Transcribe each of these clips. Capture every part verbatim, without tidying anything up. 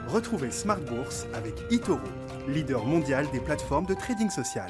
Retrouvez Smart Bourse avec eToro, leader mondial des plateformes de trading social.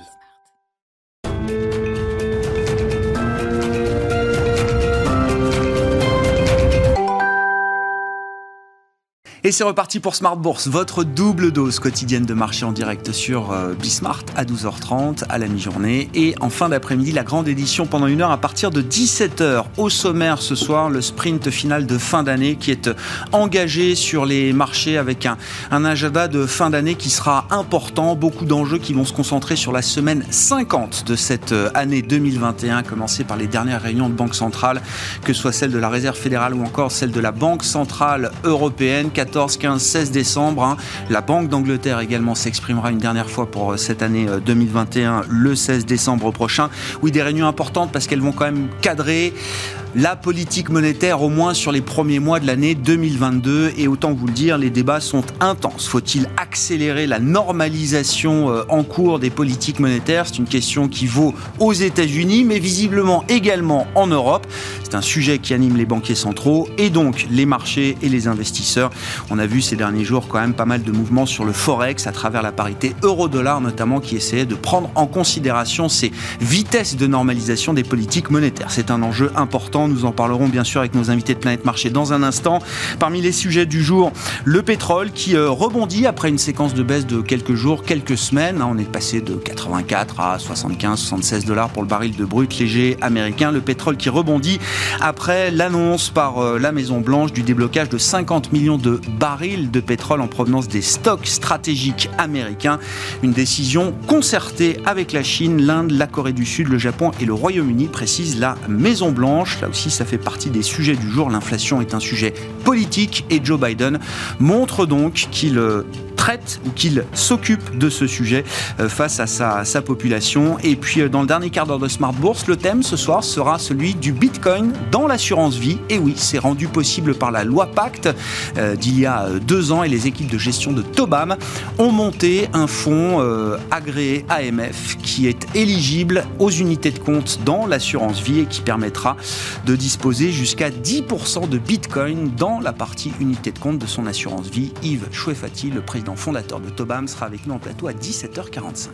Et c'est reparti pour Smart Bourse, votre double dose quotidienne de marché en direct sur euh, Bismart à douze heures trente, à la mi-journée. Et en fin d'après-midi, la grande édition pendant une heure à partir de dix-sept heures. Au sommaire ce soir, le sprint final de fin d'année qui est engagé sur les marchés avec un, un agenda de fin d'année qui sera important. Beaucoup d'enjeux qui vont se concentrer sur la semaine cinquante de cette année deux mille vingt et un, commencée par les dernières réunions de Banque centrale, que ce soit celle de la Réserve fédérale ou encore celle de la Banque centrale européenne. quatorze, quinze, seize décembre. Hein. La Banque d'Angleterre également s'exprimera une dernière fois pour cette année deux mille vingt et un, le seize décembre prochain. Oui, des réunions importantes parce qu'elles vont quand même cadrer la politique monétaire au moins sur les premiers mois de l'année deux mille vingt-deux. Et autant vous le dire, les débats sont intenses. Faut-il accélérer la normalisation en cours des politiques monétaires ? C'est une question qui vaut aux États-Unis, mais visiblement également en Europe. C'est un sujet qui anime les banquiers centraux et donc les marchés et les investisseurs. On a vu ces derniers jours quand même pas mal de mouvements sur le Forex à travers la parité euro-dollar notamment, qui essayait de prendre en considération ces vitesses de normalisation des politiques monétaires. C'est un enjeu important. Nous en parlerons bien sûr avec nos invités de Planète Marché dans un instant. Parmi les sujets du jour, le pétrole qui euh, rebondit après une séquence de baisse de quelques jours, quelques semaines. On est passé de quatre-vingt-quatre à soixante-quinze, soixante-seize dollars pour le baril de brut léger américain. Le pétrole qui rebondit après l'annonce par euh, la Maison Blanche du déblocage de cinquante millions de barils de pétrole en provenance des stocks stratégiques américains. Une décision concertée avec la Chine, l'Inde, la Corée du Sud, le Japon et le Royaume-Uni, précise la Maison Blanche. Là aussi, ça fait partie des sujets du jour. L'inflation est un sujet politique et Joe Biden montre donc qu'il traite ou qu'il s'occupe de ce sujet face à sa, sa population. Et puis, dans le dernier quart d'heure de Smart Bourse, le thème ce soir sera celui du Bitcoin dans l'assurance vie. Et oui, c'est rendu possible par la loi Pacte euh, d'il y a deux ans et les équipes de gestion de Tobam ont monté un fonds euh, agréé A M F qui est éligible aux unités de compte dans l'assurance vie et qui permettra de disposer jusqu'à dix pour cent de Bitcoin dans la partie unité de compte de son assurance vie. Yves Chouefati, le président fondateur de Tobam, sera avec nous en plateau à dix-sept heures quarante-cinq.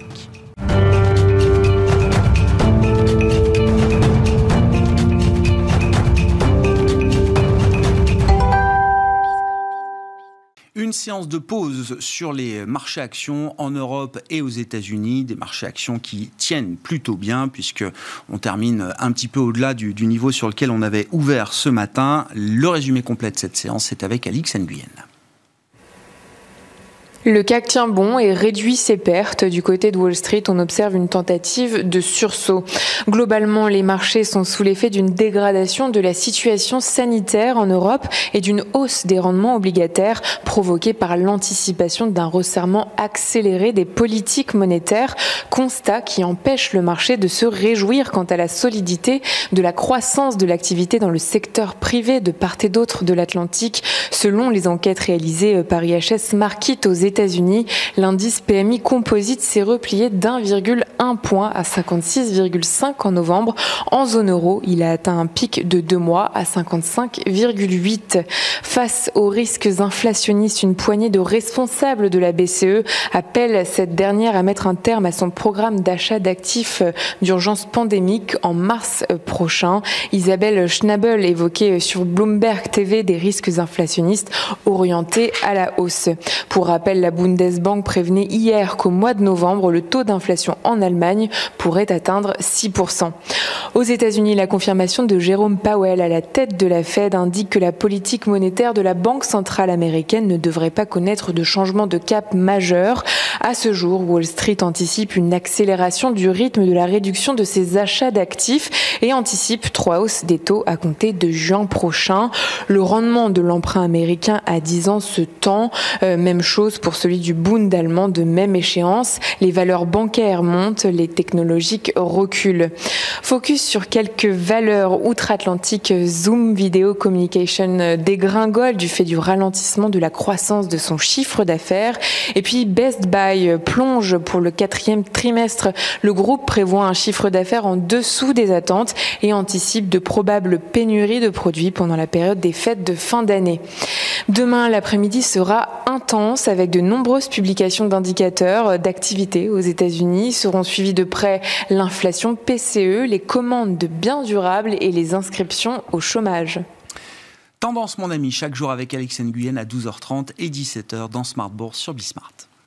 Une séance de pause sur les marchés actions en Europe et aux États-Unis, des marchés actions qui tiennent plutôt bien puisque on termine un petit peu au-delà du, du niveau sur lequel on avait ouvert ce matin. Le résumé complet de cette séance, c'est avec Alix Nguyen. Le C A C tient bon et réduit ses pertes. Du côté de Wall Street, on observe une tentative de sursaut. Globalement, les marchés sont sous l'effet d'une dégradation de la situation sanitaire en Europe et d'une hausse des rendements obligataires provoquée par l'anticipation d'un resserrement accéléré des politiques monétaires, constat qui empêche le marché de se réjouir quant à la solidité de la croissance de l'activité dans le secteur privé de part et d'autre de l'Atlantique. Selon les enquêtes réalisées par I H S Markit aux États-Unis, États-Unis, l'indice P M I composite s'est replié d'un virgule un point à cinquante-six virgule cinq en novembre. En zone euro, il a atteint un pic de deux mois à cinquante-cinq virgule huit. Face aux risques inflationnistes, une poignée de responsables de la B C E appelle cette dernière à mettre un terme à son programme d'achat d'actifs d'urgence pandémique en mars prochain. Isabelle Schnabel évoquait sur Bloomberg T V des risques inflationnistes orientés à la hausse. Pour rappel, la Bundesbank prévenait hier qu'au mois de novembre, le taux d'inflation en Allemagne pourrait atteindre six pour cent. Aux États-Unis, la confirmation de Jérôme Powell à la tête de la Fed indique que la politique monétaire de la Banque centrale américaine ne devrait pas connaître de changement de cap majeur. À ce jour, Wall Street anticipe une accélération du rythme de la réduction de ses achats d'actifs et anticipe trois hausses des taux à compter de juin prochain. Le rendement de l'emprunt américain à dix ans se tend. Euh, même chose pour celui du Bund allemand de même échéance. Les valeurs bancaires montent, les technologiques reculent. Focus sur quelques valeurs outre-Atlantique. Zoom Video Communication dégringole du fait du ralentissement de la croissance de son chiffre d'affaires. Et puis Best Buy travail plonge pour le quatrième trimestre. Le groupe prévoit un chiffre d'affaires en dessous des attentes et anticipe de probables pénuries de produits pendant la période des fêtes de fin d'année. Demain, l'après-midi sera intense avec de nombreuses publications d'indicateurs d'activité aux États-Unis. Seront suivies de près l'inflation P C E, les commandes de biens durables et les inscriptions au chômage. Tendance, mon ami, chaque jour avec Alex Nguyen à douze heures trente et dix-sept heures dans Smart Bourse sur Bismart.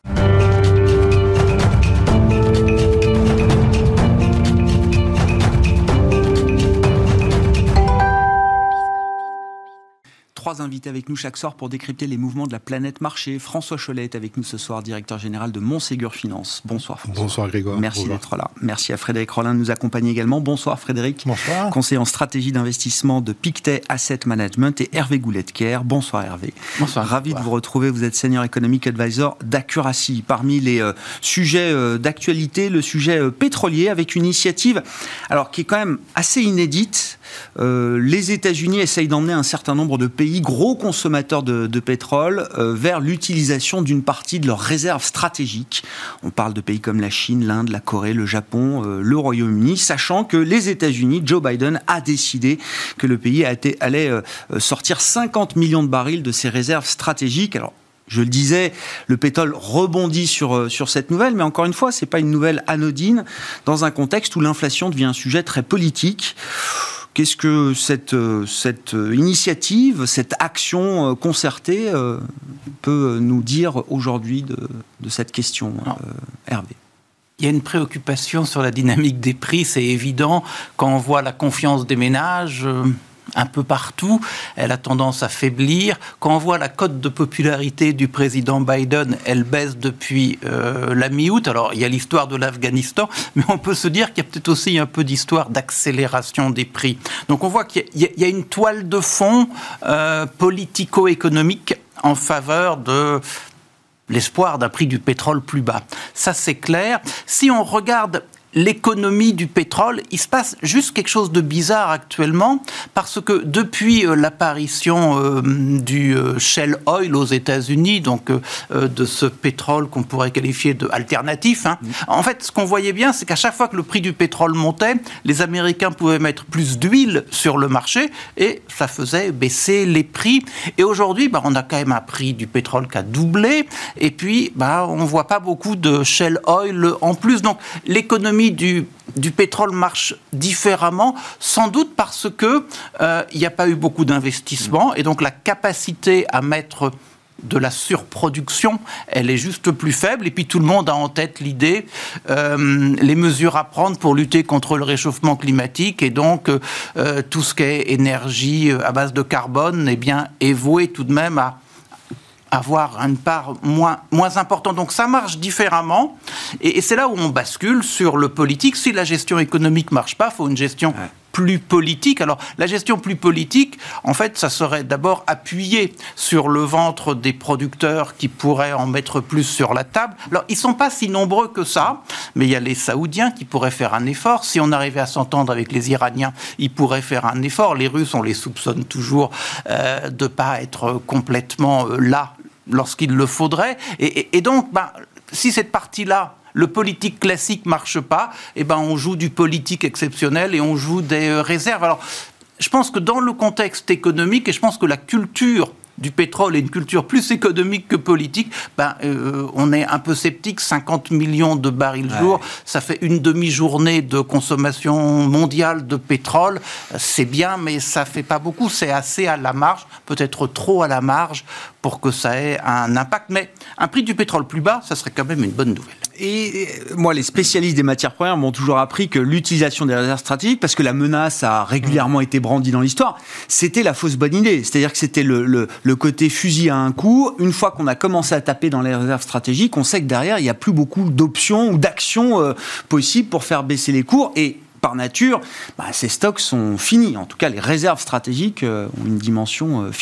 Trois invités avec nous chaque soir pour décrypter les mouvements de la planète marché. François Chollet est avec nous ce soir, directeur général de Montségur Finance. Bonsoir François. Bonsoir Grégoire. Merci Bonjour. d'être là. Merci à Frédéric Rollin de nous accompagner également. Bonsoir Frédéric. Bonsoir. Conseiller en stratégie d'investissement de Pictet Asset Management, et Hervé Goulet-Kerr. Bonsoir Hervé. Bonsoir. Ravi de vous retrouver. Vous êtes Senior Economic Advisor d'Accuracy. Parmi les euh, sujets euh, d'actualité, le sujet euh, pétrolier, avec une initiative alors, qui est quand même assez inédite. Euh, les États-Unis essayent d'emmener un certain nombre de pays, gros consommateurs de, de pétrole, euh, vers l'utilisation d'une partie de leurs réserves stratégiques. On parle de pays comme la Chine, l'Inde, la Corée, le Japon, euh, le Royaume-Uni, sachant que les États-Unis, Joe Biden a décidé que le pays a été, allait euh, sortir cinquante millions de barils de ses réserves stratégiques. Alors, je le disais, le pétrole rebondit sur, sur cette nouvelle, mais encore une fois, ce n'est pas une nouvelle anodine dans un contexte où l'inflation devient un sujet très politique. Qu'est-ce que cette, cette initiative, cette action concertée euh, peut nous dire aujourd'hui de, de cette question, euh, Hervé ? Il y a une préoccupation sur la dynamique des prix, c'est évident. Quand on voit la confiance des ménages euh, un peu partout, elle a tendance à faiblir. Quand on voit la cote de popularité du président Biden, elle baisse depuis euh, la mi-août. Alors, il y a l'histoire de l'Afghanistan, mais on peut se dire qu'il y a peut-être aussi un peu d'histoire d'accélération des prix. Donc, on voit qu'il y a, il y a une toile de fond euh, politico-économique en faveur de l'espoir d'un prix du pétrole plus bas. Ça, c'est clair. Si on regarde l'économie du pétrole, il se passe juste quelque chose de bizarre actuellement, parce que depuis euh, l'apparition euh, du euh, Shell Oil aux États-Unis, donc euh, de ce pétrole qu'on pourrait qualifier de alternatif, hein, mmh. en fait, ce qu'on voyait bien, c'est qu'à chaque fois que le prix du pétrole montait, les Américains pouvaient mettre plus d'huile sur le marché et ça faisait baisser les prix. Et aujourd'hui, bah, on a quand même un prix du pétrole qui a doublé, et puis bah, on ne voit pas beaucoup de Shell Oil en plus. Donc l'économie Du, du pétrole marche différemment, sans doute parce que euh, il n'y a pas eu beaucoup d'investissements et donc la capacité à mettre de la surproduction, elle est juste plus faible. Et puis tout le monde a en tête l'idée, euh, les mesures à prendre pour lutter contre le réchauffement climatique, et donc euh, tout ce qui est énergie à base de carbone, eh bien, est voué tout de même à avoir une part moins, moins importante. Donc ça marche différemment, et, et c'est là où on bascule sur le politique. Si la gestion économique ne marche pas, il faut une gestion ouais. plus politique. Alors la gestion plus politique, en fait, ça serait d'abord appuyer sur le ventre des producteurs qui pourraient en mettre plus sur la table. Alors ils ne sont pas si nombreux que ça, mais il y a les Saoudiens qui pourraient faire un effort. Si on arrivait à s'entendre avec les Iraniens, ils pourraient faire un effort. Les Russes, on les soupçonne toujours euh, de ne pas être complètement euh, là lorsqu'il le faudrait. Et, et, et donc, ben, si cette partie-là, le politique classique ne marche pas, eh ben, on joue du politique exceptionnel et on joue des euh, réserves. Alors, je pense que dans le contexte économique, et je pense que la culture du pétrole est une culture plus économique que politique, ben, euh, on est un peu sceptique. cinquante millions de barils ouais. jour, ça fait une demi-journée de consommation mondiale de pétrole. C'est bien, mais ça ne fait pas beaucoup. C'est assez à la marge, peut-être trop à la marge pour que ça ait un impact. Mais un prix du pétrole plus bas, ça serait quand même une bonne nouvelle. Et moi, les spécialistes des matières premières m'ont toujours appris que l'utilisation des réserves stratégiques, parce que la menace a régulièrement été brandie dans l'histoire, c'était la fausse bonne idée. C'est-à-dire que c'était le, le, le côté fusil à un coup. Une fois qu'on a commencé à taper dans les réserves stratégiques, on sait que derrière, il n'y a plus beaucoup d'options ou d'actions euh, possibles pour faire baisser les cours. Et par nature, bah, ces stocks sont finis. En tout cas, les réserves stratégiques euh, ont une dimension euh, finie.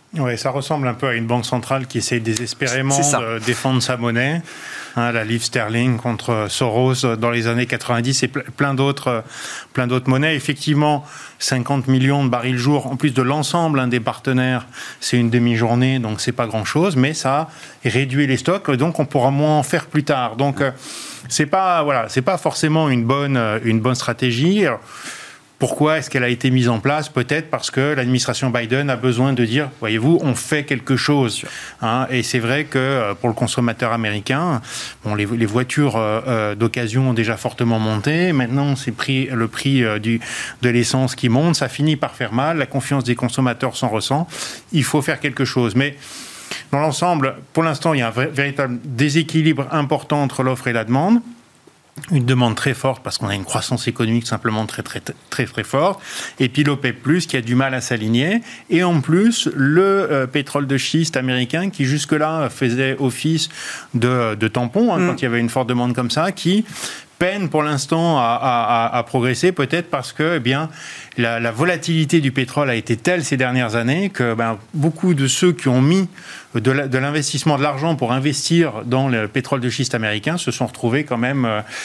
Oui, ça ressemble un peu à une banque centrale qui essaie désespérément de défendre sa monnaie. Hein, la livre sterling contre Soros dans les années quatre-vingt-dix et plein d'autres, plein d'autres monnaies. Effectivement, cinquante millions de barils jour, en plus de l'ensemble hein, des partenaires, c'est une demi-journée, donc c'est pas grand-chose, mais ça réduit les stocks, donc on pourra moins en faire plus tard. Donc euh, c'est pas, voilà, c'est pas forcément une bonne, une bonne stratégie. Alors, pourquoi est-ce qu'elle a été mise en place ? Peut-être parce que l'administration Biden a besoin de dire, voyez-vous, on fait quelque chose. Hein, et c'est vrai que pour le consommateur américain, bon, les, les voitures euh, d'occasion ont déjà fortement monté. Maintenant, c'est prix, le prix euh, du, de l'essence qui monte. Ça finit par faire mal. La confiance des consommateurs s'en ressent. Il faut faire quelque chose. Mais dans l'ensemble, pour l'instant, il y a un vrai, véritable déséquilibre important entre l'offre et la demande. Une demande très forte parce qu'on a une croissance économique simplement très très très très forte, et puis l'OPEP plus qui a du mal à s'aligner, et en plus le euh, pétrole de schiste américain qui jusque-là faisait office de, de tampon hein, mmh. quand il y avait une forte demande comme ça, qui peine pour l'instant à, à, à progresser, peut-être parce que eh bien, la, la volatilité du pétrole a été telle ces dernières années que ben, beaucoup de ceux qui ont mis de, la, de l'investissement, de l'argent pour investir dans le pétrole de schiste américain se sont retrouvés quand même,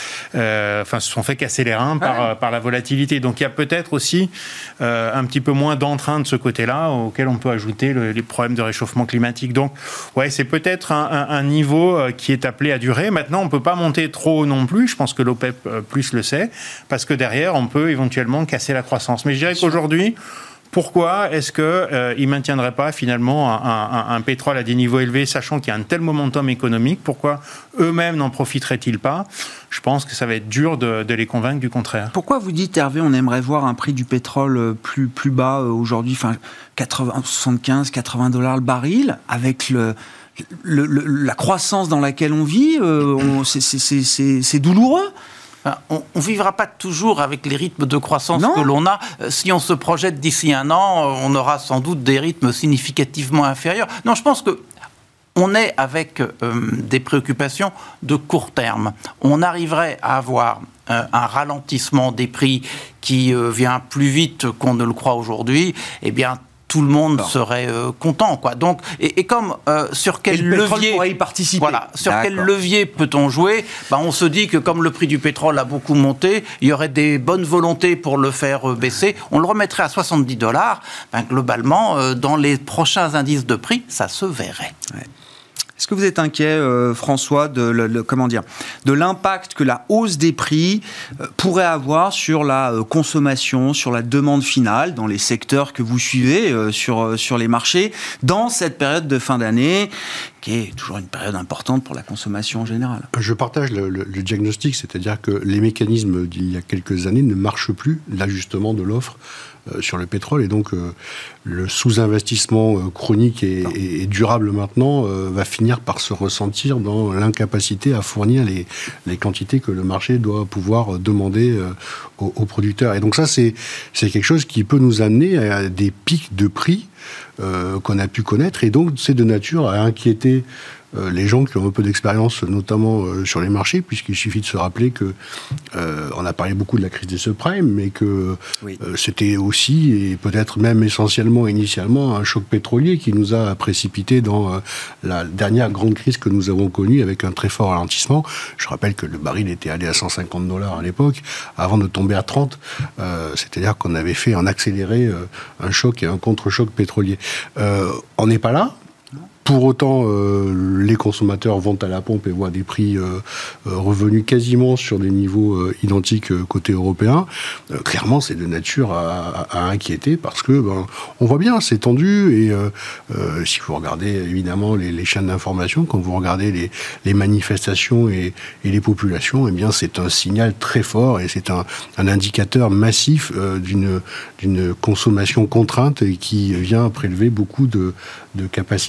euh, enfin se sont fait casser les reins par, ouais. par la volatilité. Donc il y a peut-être aussi euh, un petit peu moins d'entrain de ce côté-là, auquel on peut ajouter le, les problèmes de réchauffement climatique. Donc ouais, c'est peut-être un, un, un niveau qui est appelé à durer. Maintenant, on ne peut pas monter trop haut non plus. Je pense que l'OPEP plus le sait, parce que derrière, on peut éventuellement casser la croissance. Mais je dirais qu'aujourd'hui, pourquoi est-ce qu'ils euh, ne maintiendraient pas finalement un, un, un pétrole à des niveaux élevés, sachant qu'il y a un tel momentum économique? Pourquoi eux-mêmes n'en profiteraient-ils pas? Je pense que ça va être dur de, de les convaincre du contraire. Pourquoi vous dites, Hervé, on aimerait voir un prix du pétrole plus, plus bas aujourd'hui, enfin quatre-vingts, soixante-quinze, quatre-vingts dollars le baril, avec le... Le, le, la croissance dans laquelle on vit, euh, on, c'est, c'est, c'est, c'est douloureux. On ne vivra pas toujours avec les rythmes de croissance non. que l'on a. Si on se projette d'ici un an, on aura sans doute des rythmes significativement inférieurs. Non, je pense que on est avec euh, des préoccupations de court terme. On arriverait à avoir euh, un ralentissement des prix qui euh, vient plus vite qu'on ne le croit aujourd'hui. Eh bien, tout le monde non. serait euh, content, quoi. Donc, et, et comme euh, sur quel levier pourrait y participer. Voilà, sur D'accord. quel levier peut-on jouer? Ben, on se dit que comme le prix du pétrole a beaucoup monté, il y aurait des bonnes volontés pour le faire euh, baisser. On le remettrait à soixante-dix dollars. Ben, globalement, euh, dans les prochains indices de prix, ça se verrait. Ouais. Est-ce que vous êtes inquiet, euh, François, de, le, le, comment dire, de l'impact que la hausse des prix euh, pourrait avoir sur la euh, consommation, sur la demande finale, dans les secteurs que vous suivez, euh, sur, euh, sur les marchés, dans cette période de fin d'année, qui est toujours une période importante pour la consommation en général? Je partage le, le, le diagnostic, c'est-à-dire que les mécanismes d'il y a quelques années ne marchent plus, l'ajustement de l'offre euh, sur le pétrole, et donc euh, le sous-investissement euh, chronique et, et, et durable maintenant euh, va finir par se ressentir dans l'incapacité à fournir les, les quantités que le marché doit pouvoir demander euh, aux, aux producteurs. Et donc ça, c'est, c'est quelque chose qui peut nous amener à des pics de prix euh, qu'on a pu connaître, et donc c'est de nature à inquiéter euh, les gens qui ont un peu d'expérience, notamment euh, sur les marchés, puisqu'il suffit de se rappeler que euh, on a parlé beaucoup de la crise des subprimes, mais que oui. euh, c'était aussi, et peut-être même essentiellement initialement, un choc pétrolier qui nous a précipité dans euh, la dernière grande crise que nous avons connue, avec un très fort ralentissement. Je rappelle que le baril était allé à cent cinquante dollars à l'époque, avant de tomber à trente. Euh, c'est-à-dire qu'on avait fait en accéléré euh, un choc et un contre-choc pétrolier. Euh, on n'est pas là. Pour autant, euh, les consommateurs vont à la pompe et voient des prix euh, euh, revenus quasiment sur des niveaux euh, identiques euh, côté européen. Euh, clairement, c'est de nature à, à, à inquiéter, parce que ben, on voit bien, c'est tendu. Et euh, euh, si vous regardez évidemment les, les chaînes d'information, quand vous regardez les, les manifestations et, et les populations, eh bien c'est un signal très fort, et c'est un, un indicateur massif euh, d'une, d'une consommation contrainte, et qui vient prélever beaucoup de, de capacités de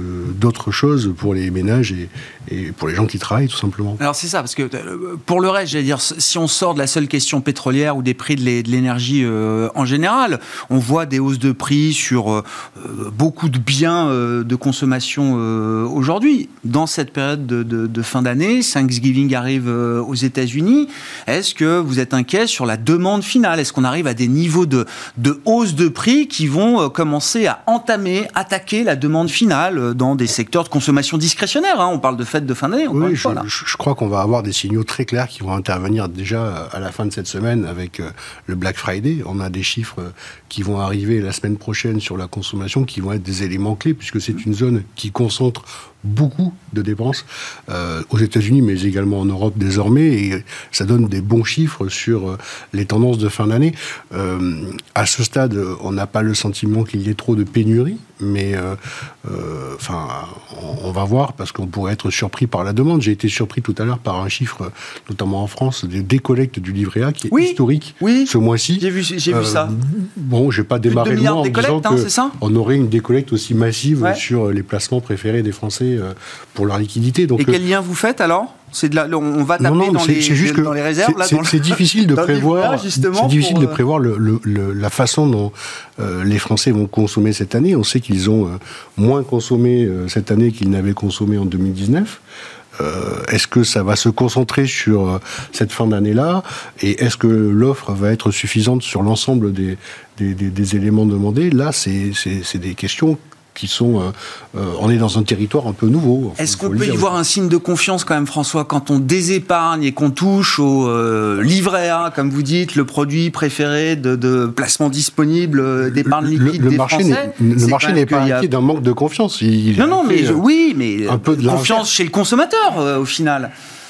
d'autres choses pour les ménages et, et pour les gens qui travaillent, tout simplement. Alors c'est ça, parce que pour le reste, j'allais dire, si on sort de la seule question pétrolière ou des prix de l'énergie euh, en général, on voit des hausses de prix sur euh, beaucoup de biens euh, de consommation euh, aujourd'hui. Dans cette période de, de, de fin d'année, Thanksgiving arrive euh, aux États-Unis. Est-ce que vous êtes inquiet sur la demande finale? Est-ce qu'on arrive à des niveaux de, de hausse de prix qui vont euh, commencer à entamer, attaquer la demande finale euh, dans des secteurs de consommation discrétionnaire, hein? On parle de fêtes de fin d'année. Oui, je, je crois qu'on va avoir des signaux très clairs qui vont intervenir déjà à la fin de cette semaine avec euh, le Black Friday. On a des chiffres euh, qui vont arriver la semaine prochaine sur la consommation qui vont être des éléments clés puisque c'est une zone qui concentre beaucoup de dépenses euh, aux États-Unis, mais également en Europe désormais, et ça donne des bons chiffres sur euh, les tendances de fin d'année. Euh, à ce stade, on n'a pas le sentiment qu'il y ait trop de pénurie, mais euh, euh, enfin, on, on va voir parce qu'on pourrait être surpris par la demande. J'ai été surpris tout à l'heure par un chiffre, notamment en France, des décollectes du livret A qui est oui, historique oui, ce mois-ci. J'ai vu, j'ai euh, vu ça. Bon, j'ai pas démarré le mois en disant hein, qu'on aurait une décollecte aussi massive ouais. sur les placements préférés des Français pour leur liquidité. Donc, et quel lien vous faites alors? C'est de la, on va taper non, non, dans, les, juste dans les réserves là, C'est difficile de prévoir, c'est difficile de prévoir le, le, le, la façon dont euh, les Français vont consommer cette année. On sait qu'ils ont euh, moins consommé euh, cette année qu'ils n'avaient consommé en deux mille dix-neuf. Euh, est-ce que ça va se concentrer sur euh, cette fin d'année-là? Et est-ce que l'offre va être suffisante sur l'ensemble des, des, des, des éléments demandés? Là, c'est, c'est, c'est des questions qui sont... Euh, euh, on est dans un territoire un peu nouveau. Enfin, est-ce qu'on peut y voir un signe de confiance quand même, François, quand on désépargne et qu'on touche au euh, livret A, comme vous dites, le produit préféré de, de placement disponible, euh, d'épargne liquide le, le des marché Français? n'est, Le marché n'est pas inquiet a... d'un manque de confiance. Il non, non, mais je, oui, mais un peu de confiance chez le consommateur, euh, au final.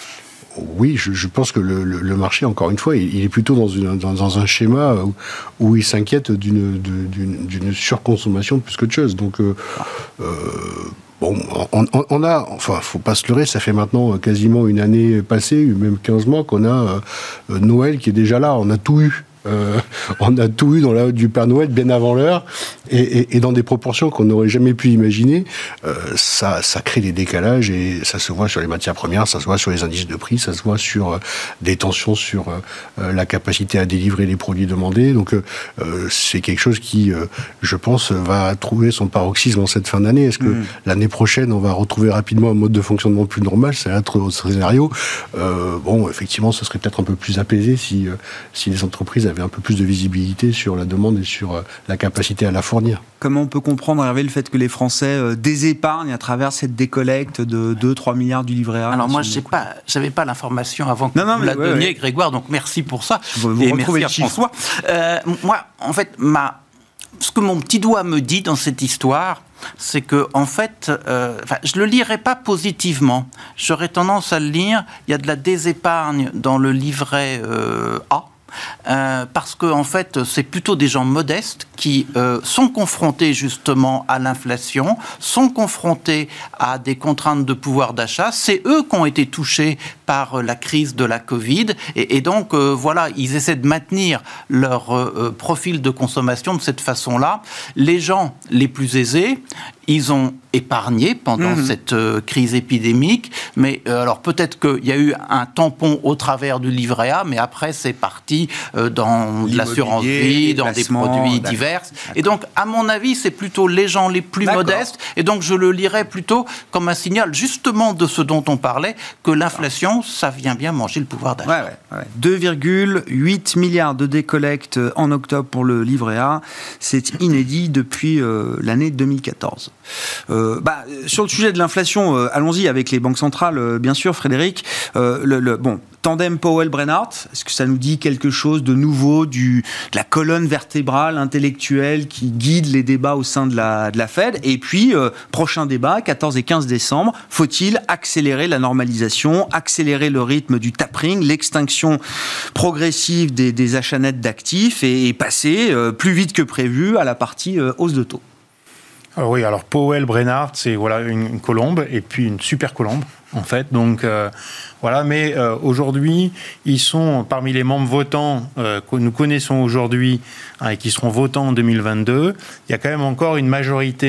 Oui, je, je pense que le, le, le marché, encore une fois, il, il est plutôt dans, une, dans, dans un schéma où, où il s'inquiète d'une, d'une, d'une surconsommation plus que de choses. Donc, euh, euh, bon, on, on, on a, enfin, faut pas se leurrer, ça fait maintenant quasiment une année passée, même quinze mois, qu'on a euh, Noël qui est déjà là. On a tout eu. Euh, on a tout eu dans la haute du Père Noël bien avant l'heure et, et, et dans des proportions qu'on n'aurait jamais pu imaginer. Euh, ça, ça crée des décalages et ça se voit sur les matières premières, ça se voit sur les indices de prix, ça se voit sur euh, des tensions sur euh, la capacité à délivrer les produits demandés. Donc euh, c'est quelque chose qui, euh, je pense, va trouver son paroxysme en cette fin d'année. Est-ce que mmh. l'année prochaine, on va retrouver rapidement un mode de fonctionnement plus normal? C'est un autre scénario. Euh, bon, effectivement, ce serait peut-être un peu plus apaisé si, euh, si les entreprises avaient un peu plus de visibilité sur la demande et sur euh, la capacité à la fournir. Comment on peut comprendre, Hervé, le fait que les Français euh, désépargnent à travers cette décollecte de deux à trois milliards du livret A? Alors moi, je n'avais pas, pas l'information avant que non, non, vous la ouais, donniez, ouais. Grégoire, donc merci pour ça. Vous, vous et merci à François. Euh, moi, en fait, ma, ce que mon petit doigt me dit dans cette histoire, c'est que, en fait, euh, je ne le lirai pas positivement. J'aurais tendance à le lire, il y a de la désépargne dans le livret euh, A. Euh, parce que en fait, c'est plutôt des gens modestes qui euh, sont confrontés justement à l'inflation, sont confrontés à des contraintes de pouvoir d'achat. C'est eux qui ont été touchés par la crise de la Covid, et, et donc euh, voilà, ils essaient de maintenir leur euh, profil de consommation de cette façon-là. Les gens les plus aisés, ils ont épargné pendant mmh. cette euh, crise épidémique, mais euh, alors peut-être qu'il y a eu un tampon au travers du livret A, mais après c'est parti euh, dans l'assurance vie, dans des produits d'accord. divers. D'accord. Et donc, à mon avis, c'est plutôt les gens les plus d'accord. modestes, et donc je le lirais plutôt comme un signal justement de ce dont on parlait, que l'inflation, ça vient bien manger le pouvoir d'achat. Ouais, ouais, ouais. deux virgule huit milliards de décollecte en octobre pour le livret A, c'est inédit depuis euh, l'année deux mille quatorze. Euh, bah, sur le sujet de l'inflation, euh, allons-y avec les banques centrales, euh, bien sûr, Frédéric. Euh, le, le, bon, tandem Powell-Brennard, est-ce que ça nous dit quelque chose de nouveau du, de la colonne vertébrale intellectuelle qui guide les débats au sein de la, de la Fed? Et puis, euh, prochain débat, quatorze et quinze décembre, faut-il accélérer la normalisation, accélérer le rythme du tapering, l'extinction progressive des, des achats nets d'actifs et, et passer euh, plus vite que prévu à la partie euh, hausse de taux? Alors oui, alors Powell-Brennard, c'est voilà, une, une colombe et puis une super colombe, en fait. Donc, euh, voilà, mais euh, aujourd'hui, ils sont parmi les membres votants euh, que nous connaissons aujourd'hui hein, et qui seront votants en deux mille vingt-deux. Il y a quand même encore une majorité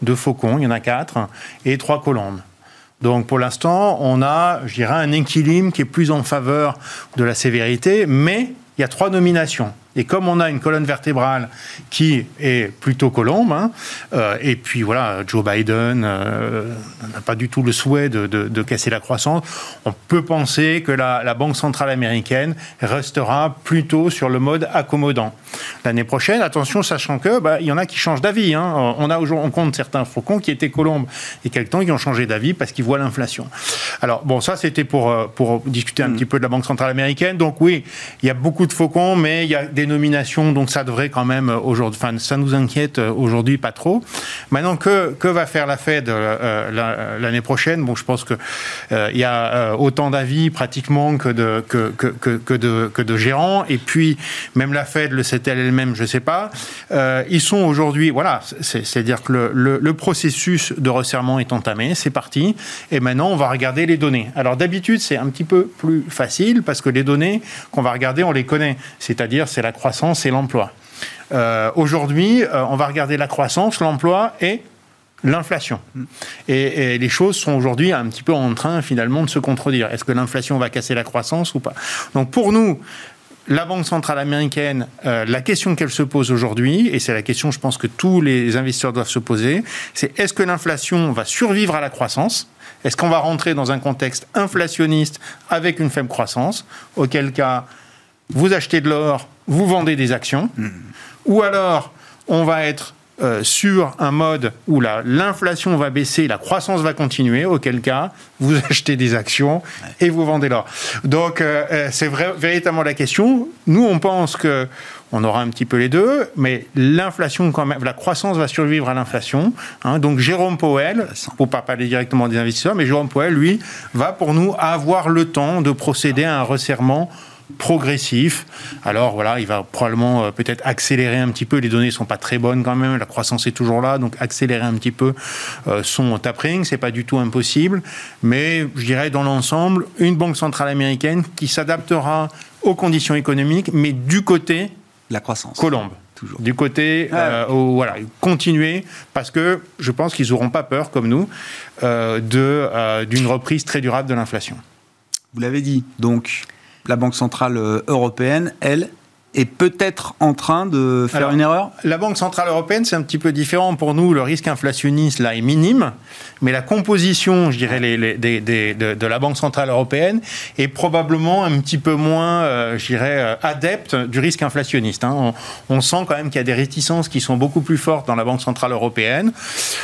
de faucons, il y en a quatre, et trois colombes. Donc pour l'instant, on a, je dirais, un équilibre qui est plus en faveur de la sévérité, mais il y a trois nominations. Et comme on a une colonne vertébrale qui est plutôt colombe, hein, euh, et puis voilà, Joe Biden euh, n'a pas du tout le souhait de, de, de casser la croissance, on peut penser que la, la Banque centrale américaine restera plutôt sur le mode accommodant. L'année prochaine, attention, sachant que bah, il y en a qui changent d'avis. Hein. On a aujourd'hui, on compte certains faucons qui étaient colombes et quelque temps qui ont changé d'avis parce qu'ils voient l'inflation. Alors bon, ça c'était pour, pour discuter un mmh. petit peu de la Banque centrale américaine. Donc oui, il y a beaucoup de faucons, mais il y a des nominations, donc ça devrait quand même aujourd'hui, enfin ça nous inquiète aujourd'hui pas trop. Maintenant, que, que va faire la Fed euh, l'année prochaine? Bon, je pense que euh, il y a euh, autant d'avis pratiquement que de, que, que, que, que, de, que de gérants, et puis même la Fed le sait-elle elle-même, je sais pas. Euh, ils sont aujourd'hui, voilà, c'est, c'est-à-dire que le, le, le processus de resserrement est entamé, c'est parti, et maintenant on va regarder les données. Alors d'habitude, c'est un petit peu plus facile, parce que les données qu'on va regarder, on les connaît, c'est-à-dire c'est la croissance et l'emploi. Euh, aujourd'hui, euh, on va regarder la croissance, l'emploi et l'inflation. Et, et les choses sont aujourd'hui un petit peu en train finalement de se contredire. Est-ce que l'inflation va casser la croissance ou pas? Donc pour nous, la Banque centrale américaine, euh, la question qu'elle se pose aujourd'hui, et c'est la question je pense que tous les investisseurs doivent se poser, c'est est-ce que l'inflation va survivre à la croissance? Est-ce qu'on va rentrer dans un contexte inflationniste avec une faible croissance? Auquel cas, vous achetez de l'or, vous vendez des actions, mmh. ou alors on va être euh, sur un mode où la, l'inflation va baisser, la croissance va continuer, auquel cas vous achetez des actions et vous vendez l'or. Donc euh, c'est vrai, véritablement la question. Nous, on pense que on aura un petit peu les deux, mais l'inflation quand même, la croissance va survivre à l'inflation. Hein, donc Jérôme Powell, pour ne pas parler directement des investisseurs, mais Jérôme Powell, lui, va pour nous avoir le temps de procéder à un resserrement progressif. Alors voilà, il va probablement euh, peut-être accélérer un petit peu. Les données sont pas très bonnes quand même. La croissance est toujours là, donc accélérer un petit peu euh, son tapering, c'est pas du tout impossible. Mais je dirais dans l'ensemble, une banque centrale américaine qui s'adaptera aux conditions économiques, mais du côté la croissance. Colombe. Toujours. Du côté, ah, euh, où, voilà, continuer, parce que je pense qu'ils n'auront pas peur, comme nous, euh, de, euh, d'une reprise très durable de l'inflation. Vous l'avez dit, donc la Banque centrale européenne, elle, est peut-être en train de faire Alors, une erreur? La Banque centrale européenne, c'est un petit peu différent. Pour nous, le risque inflationniste, là, est minime. Mais la composition, je dirais, les, les, des, des, de, de la Banque centrale européenne est probablement un petit peu moins, euh, je dirais, adepte du risque inflationniste. Hein. On, on sent quand même qu'il y a des réticences qui sont beaucoup plus fortes dans la Banque centrale européenne.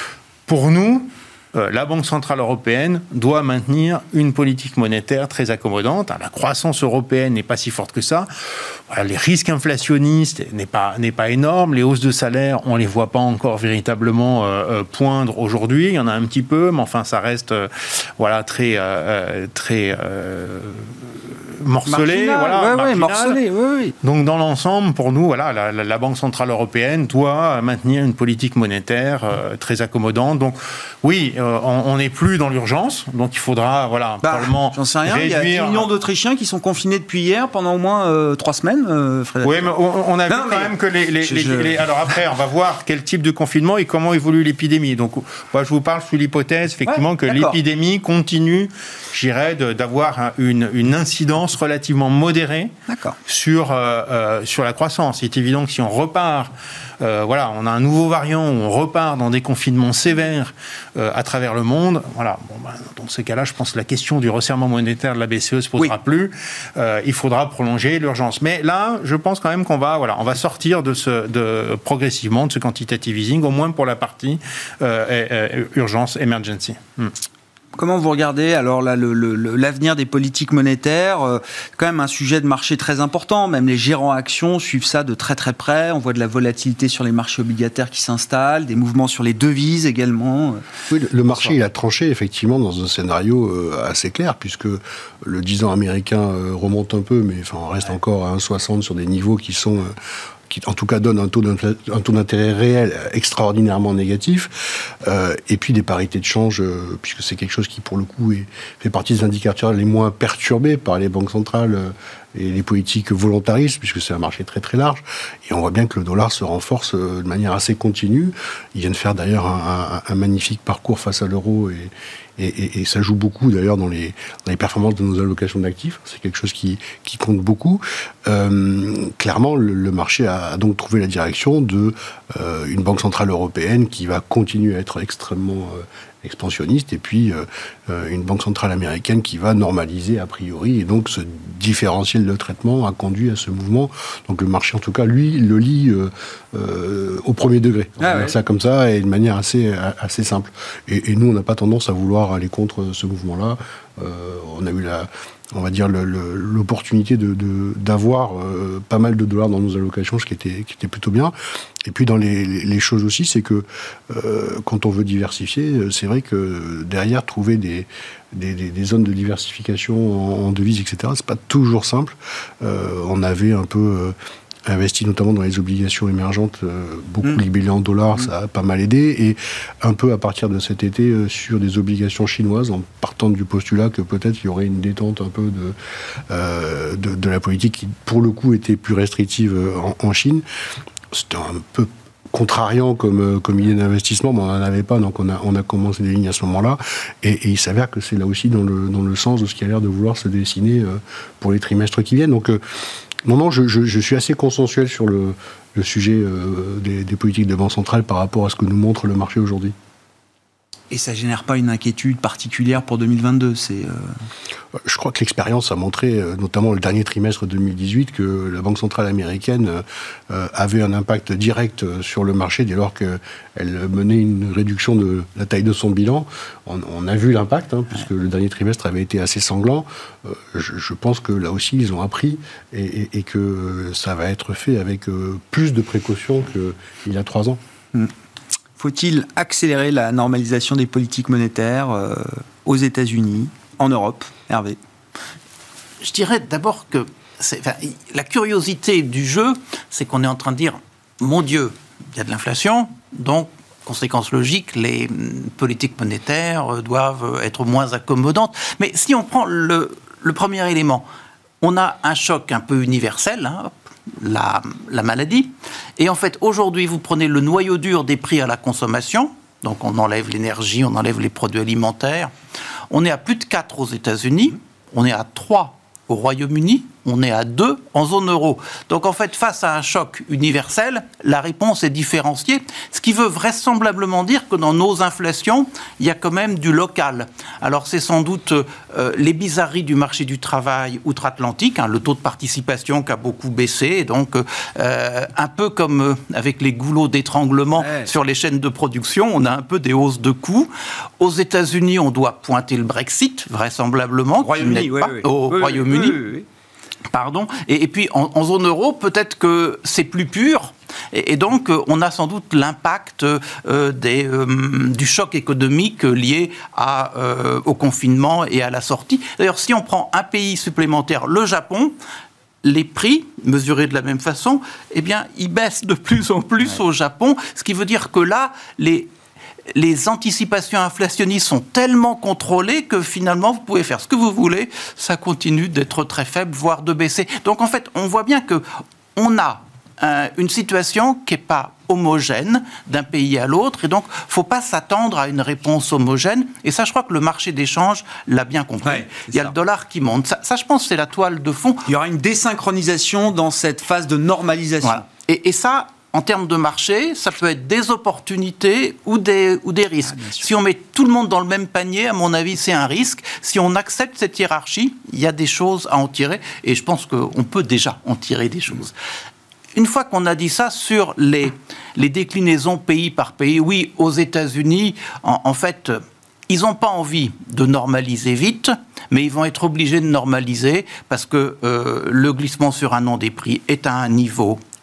Pour nous, la Banque centrale européenne doit maintenir une politique monétaire très accommodante. La croissance européenne n'est pas si forte que ça. Voilà, les risques inflationnistes n'est pas, n'est pas énorme. Les hausses de salaire, on ne les voit pas encore véritablement euh, poindre aujourd'hui. Il y en a un petit peu, mais enfin, ça reste euh, voilà, très, euh, très euh, morcelé. Marginal, voilà, ouais, marginal. Ouais, morcelé, ouais, ouais. Donc, dans l'ensemble, pour nous, voilà, la, la, la Banque centrale européenne doit maintenir une politique monétaire euh, très accommodante. Donc, oui, euh, on n'est plus dans l'urgence, donc il faudra, voilà, bah, probablement j'en sais rien, réduire... il y a dix millions d'Autrichiens qui sont confinés depuis hier pendant au moins euh, trois semaines, euh, Frédéric. Oui, mais on, on a non, vu quand même que les, les, je, les, je... les... Alors après, on va voir quel type de confinement et comment évolue l'épidémie. Donc, moi, je vous parle sous l'hypothèse, effectivement, ouais, que d'accord. l'épidémie continue, je dirais, de, d'avoir une, une incidence relativement modérée sur, euh, euh, sur la croissance. Il est évident que si on repart... Euh, voilà, on a un nouveau variant où on repart dans des confinements sévères euh, à travers le monde. Voilà, bon, ben, dans ces cas-là, je pense que la question du resserrement monétaire de la B C E se posera oui. plus. Euh, il faudra prolonger l'urgence. Mais là, je pense quand même qu'on va, voilà, on va sortir de ce, de, progressivement de ce quantitative easing, au moins pour la partie euh, euh, urgence, emergency. Hmm. Comment vous regardez alors là, le, le, l'avenir des politiques monétaires? euh, quand même un sujet de marché très important. Même les gérants actions suivent ça de très très près. On voit de la volatilité sur les marchés obligataires qui s'installent, des mouvements sur les devises également. Oui, le, le marché il a tranché effectivement dans un scénario euh, assez clair, puisque le dix ans américain euh, remonte un peu, mais enfin on reste ouais. encore à un virgule soixante sur des niveaux qui sont... Euh, qui en tout cas donne un taux, un taux d'intérêt réel extraordinairement négatif, euh, et puis des parités de change, euh, puisque c'est quelque chose qui, pour le coup, est, fait partie des indicateurs les moins perturbés par les banques centrales, et les politiques volontaristes, puisque c'est un marché très très large. Et on voit bien que le dollar se renforce de manière assez continue. Il vient de faire d'ailleurs un, un, un magnifique parcours face à l'euro et Et, et, et ça joue beaucoup d'ailleurs dans les, dans les performances de nos allocations d'actifs. C'est quelque chose qui, qui compte beaucoup. Euh, clairement, le, le marché a, a donc trouvé la direction de euh, une banque centrale européenne qui va continuer à être extrêmement euh, expansionniste, et puis euh, euh, une banque centrale américaine qui va normaliser a priori, et donc ce différentiel de traitement a conduit à ce mouvement. Donc le marché, en tout cas, lui, le lit euh, euh, au premier degré. On va dire ça comme ça, et de manière assez, assez simple. Et, et nous, on n'a pas tendance à vouloir aller contre ce mouvement-là. Euh, on a eu la, on va dire le, le, l'opportunité de, de, d'avoir euh, pas mal de dollars dans nos allocations, ce qui était, qui était plutôt bien. Et puis dans les, les choses aussi, c'est que euh, quand on veut diversifier, c'est vrai que derrière, trouver des, des, des, des zones de diversification en, en devises, et cetera, c'est pas toujours simple. Euh, on avait un peu euh, investi notamment dans les obligations émergentes, euh, beaucoup mmh. libellées en dollars, mmh. ça a pas mal aidé, et un peu à partir de cet été euh, sur des obligations chinoises, en partant du postulat que peut-être il y aurait une détente un peu de, euh, de, de la politique qui, pour le coup, était plus restrictive en, en Chine. C'était un peu contrariant comme, comme idée d'investissement, mais on n'en avait pas, donc on a, on a commencé des lignes à ce moment-là, et, et il s'avère que c'est là aussi dans le, dans le sens de ce qui a l'air de vouloir se dessiner euh, pour les trimestres qui viennent. Donc, euh, non, non, je, je, je suis assez consensuel sur le, le sujet euh, des, des politiques de banque centrale par rapport à ce que nous montre le marché aujourd'hui. Et ça ne génère pas une inquiétude particulière pour deux mille vingt-deux, c'est... Euh... Je crois que l'expérience a montré, notamment le dernier trimestre deux mille dix-huit, que la Banque centrale américaine euh, avait un impact direct sur le marché dès lors qu'elle menait une réduction de la taille de son bilan. On, on a vu l'impact, hein, puisque le dernier trimestre avait été assez sanglant. Euh, je, je pense que là aussi, ils ont appris et, et, et que ça va être fait avec euh, plus de précautions qu'il y a trois ans. Mmh. Faut-il accélérer la normalisation des politiques monétaires euh, aux États-Unis, en Europe? Hervé? Je dirais d'abord que c'est, enfin, la curiosité du jeu, c'est qu'on est en train de dire, mon Dieu, il y a de l'inflation, donc, conséquence logique, les politiques monétaires doivent être moins accommodantes. Mais si on prend le, le premier élément, on a un choc un peu universel, hein, La, la maladie. Et en fait, aujourd'hui, vous prenez le noyau dur des prix à la consommation, donc on enlève l'énergie, on enlève les produits alimentaires. On est à plus de quatre aux États-Unis, on est à trois au Royaume-Uni, on est à deux en zone euro. Donc en fait, face à un choc universel, la réponse est différenciée, ce qui veut vraisemblablement dire que dans nos inflations, il y a quand même du local. Alors c'est sans doute euh, les bizarreries du marché du travail outre-Atlantique, hein, le taux de participation qui a beaucoup baissé, donc euh, un peu comme euh, avec les goulots d'étranglement ouais. sur les chaînes de production, on a un peu des hausses de coûts. Aux États-Unis, on doit pointer le Brexit, vraisemblablement, Royaume-Uni, qui oui, pas oui, au oui, Royaume-Uni. Oui, oui, oui. Pardon. Et, et puis en, en zone euro, peut-être que c'est plus pur. Et, et donc, on a sans doute l'impact euh, des, euh, du choc économique lié à, euh, au confinement et à la sortie. D'ailleurs, si on prend un pays supplémentaire, le Japon, les prix, mesurés de la même façon, eh bien, ils baissent de plus en plus ouais. au Japon. Ce qui veut dire que là, les... les anticipations inflationnistes sont tellement contrôlées que finalement, vous pouvez faire ce que vous voulez, ça continue d'être très faible, voire de baisser. Donc en fait, on voit bien qu'on a euh, une situation qui n'est pas homogène d'un pays à l'autre, et donc il ne faut pas s'attendre à une réponse homogène. Et ça, je crois que le marché d'échange l'a bien compris. Ouais, il y a ça. Le dollar qui monte. Ça, ça, je pense, c'est la toile de fond. Il y aura une désynchronisation dans cette phase de normalisation. Voilà. Et, et ça... En termes de marché, ça peut être des opportunités ou des, ou des risques. Ah, si on met tout le monde dans le même panier, à mon avis, c'est un risque. Si on accepte cette hiérarchie, il y a des choses à en tirer. Et je pense qu'on peut déjà en tirer des choses. Une fois qu'on a dit ça sur les, les déclinaisons pays par pays, oui, aux États-Unis, en, en fait... ils n'ont pas envie de normaliser vite, mais ils vont être obligés de normaliser parce que euh, le glissement sur un an des prix est à un niveau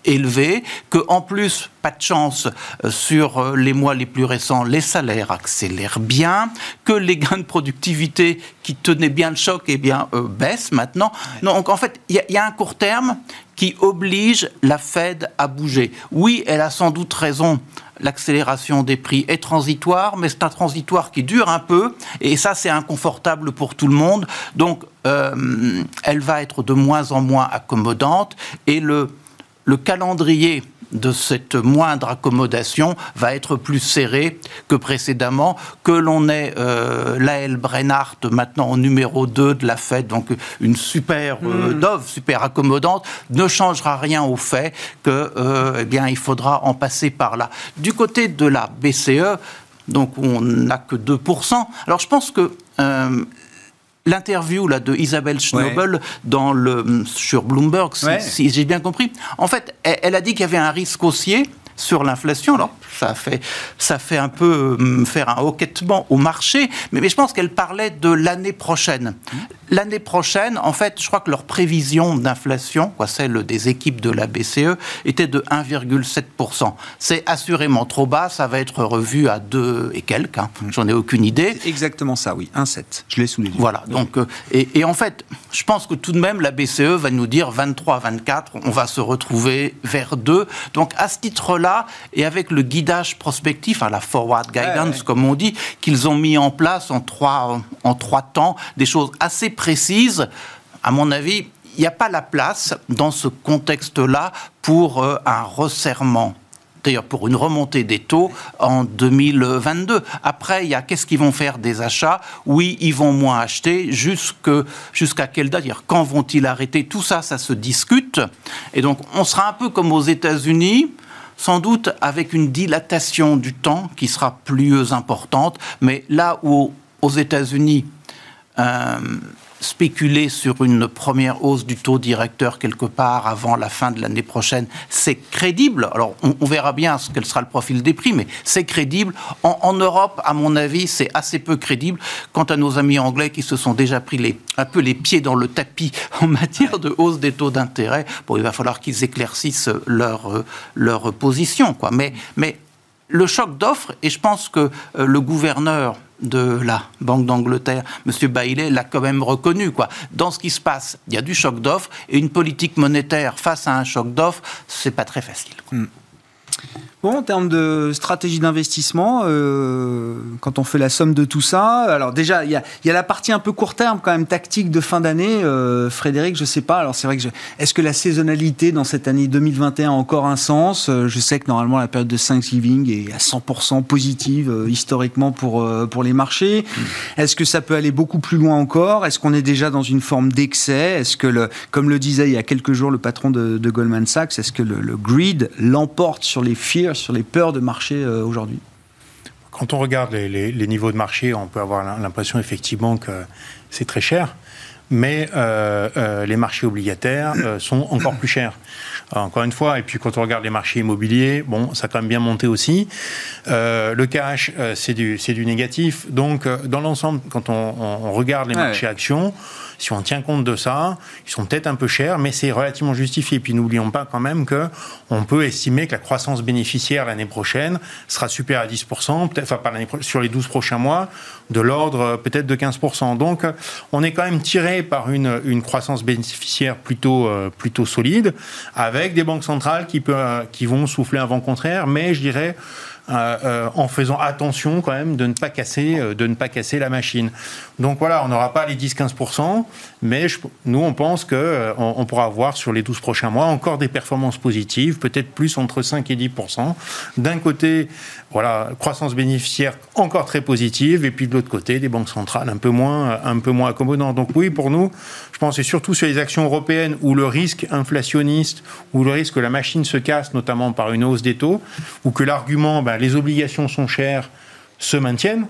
élevé, que en plus, pas de chance, euh, sur les mois les plus récents, les salaires accélèrent bien, que les gains de productivité qui tenaient bien le choc, eh bien, euh, baissent maintenant. Donc, en fait, il y, y a un court terme qui oblige la Fed à bouger. Oui, elle a sans doute raison. L'accélération des prix est transitoire, mais c'est un transitoire qui dure un peu, et ça, c'est inconfortable pour tout le monde. Donc, euh, elle va être de moins en moins accommodante, et le, le calendrier de cette moindre accommodation va être plus serré que précédemment, que l'on ait euh, Lael Brainard maintenant en numéro deux de la Fed, donc une super euh, mmh. dove, super accommodante, ne changera rien au fait que, euh, eh bien, il faudra en passer par là. Du côté de la B C E, donc on n'a que deux pour cent. Alors je pense que euh, l'interview là, de Isabelle Schnabel ouais. dans le, sur Bloomberg, si, ouais. si j'ai bien compris, en fait, elle, elle a dit qu'il y avait un risque haussier sur l'inflation. Alors, ça fait, ça fait un peu euh, faire un hoquetement au marché, mais, mais je pense qu'elle parlait de l'année prochaine. Mmh. L'année prochaine, en fait, je crois que leur prévision d'inflation, quoi, celle des équipes de la B C E, était de un virgule sept pour cent. C'est assurément trop bas, ça va être revu à deux et quelques, hein. mmh. J'en ai aucune idée. C'est exactement ça, oui, un virgule sept. Je l'ai sous les yeux. Voilà, donc, euh, et, et en fait, je pense que tout de même, la B C E va nous dire vingt-trois vingt-quatre, on va se retrouver vers deux. Donc, à ce titre-là, Là, et avec le guidage prospectif, hein, la forward guidance, ouais, ouais. comme on dit, qu'ils ont mis en place en trois, en trois temps, des choses assez précises, à mon avis, il n'y a pas la place dans ce contexte-là pour euh, un resserrement. D'ailleurs, pour une remontée des taux en deux mille vingt-deux. Après, il y a qu'est-ce qu'ils vont faire des achats ? Oui, ils vont moins acheter. Jusque, jusqu'à quelle date ? C'est-à-dire, quand vont-ils arrêter ? Tout ça, ça se discute. Et donc, on sera un peu comme aux États-Unis, sans doute avec une dilatation du temps qui sera plus importante, mais là où aux États-Unis, euh, spéculer sur une première hausse du taux directeur quelque part avant la fin de l'année prochaine, c'est crédible. Alors, on, on verra bien ce quel sera le profil des prix, mais c'est crédible. En, en Europe, à mon avis, c'est assez peu crédible. Quant à nos amis anglais qui se sont déjà pris les, un peu les pieds dans le tapis en matière de hausse des taux d'intérêt, bon, il va falloir qu'ils éclaircissent leur, leur position, quoi. Mais, mais le choc d'offres, et je pense que euh, le gouverneur de la Banque d'Angleterre, M. Bailey, l'a quand même reconnu, quoi. Dans ce qui se passe, il y a du choc d'offres, et une politique monétaire face à un choc d'offres, c'est pas très facile. Mm. Bon, en termes de stratégie d'investissement, euh, quand on fait la somme de tout ça, alors déjà, il y a, y a la partie un peu court terme, quand même, tactique de fin d'année. Euh, Frédéric, je sais pas, alors c'est vrai que je, est-ce que la saisonnalité dans cette année deux mille vingt et un a encore un sens ? Je sais que normalement, la période de Thanksgiving est à cent pour cent positive, euh, historiquement, pour, euh, pour les marchés. Mmh. Est-ce que ça peut aller beaucoup plus loin encore ? Est-ce qu'on est déjà dans une forme d'excès ? Est-ce que, le, comme le disait il y a quelques jours le patron de, de Goldman Sachs, est-ce que le, le greed l'emporte sur les fears, sur les peurs de marché euh, aujourd'hui ? Quand on regarde les, les, les niveaux de marché, on peut avoir l'impression effectivement que c'est très cher, mais euh, euh, les marchés obligataires euh, sont encore plus chers. Alors, encore une fois, et puis quand on regarde les marchés immobiliers, bon, ça a quand même bien monté aussi. Euh, le cash, euh, c'est du, c'est du négatif. Donc, euh, dans l'ensemble, quand on, on regarde les marchés ouais. actions, si on tient compte de ça, ils sont peut-être un peu chers, mais c'est relativement justifié. Puis n'oublions pas quand même qu'on peut estimer que la croissance bénéficiaire l'année prochaine sera supérieure à dix pour cent, peut-être, enfin pas l'année prochaine, sur les douze prochains mois, de l'ordre peut-être de quinze pour cent. Donc on est quand même tiré par une, une croissance bénéficiaire plutôt, euh, plutôt solide, avec des banques centrales qui, peut, euh, qui vont souffler un vent contraire, mais je dirais... Euh, euh, en faisant attention quand même de ne pas casser, euh, de ne pas casser la machine. Donc voilà, on n'aura pas les dix à quinze pour cent, mais je, nous on pense qu'on euh, on pourra avoir sur les douze prochains mois encore des performances positives, peut-être plus entre cinq et dix pour cent. D'un côté, voilà, croissance bénéficiaire encore très positive, et puis de l'autre côté, des banques centrales un peu moins, un peu moins accommodantes. Donc oui, pour nous, je pense que c'est surtout sur les actions européennes où le risque inflationniste, où le risque que la machine se casse, notamment par une hausse des taux, ou que l'argument, ben, les obligations sont chères, se maintiennent,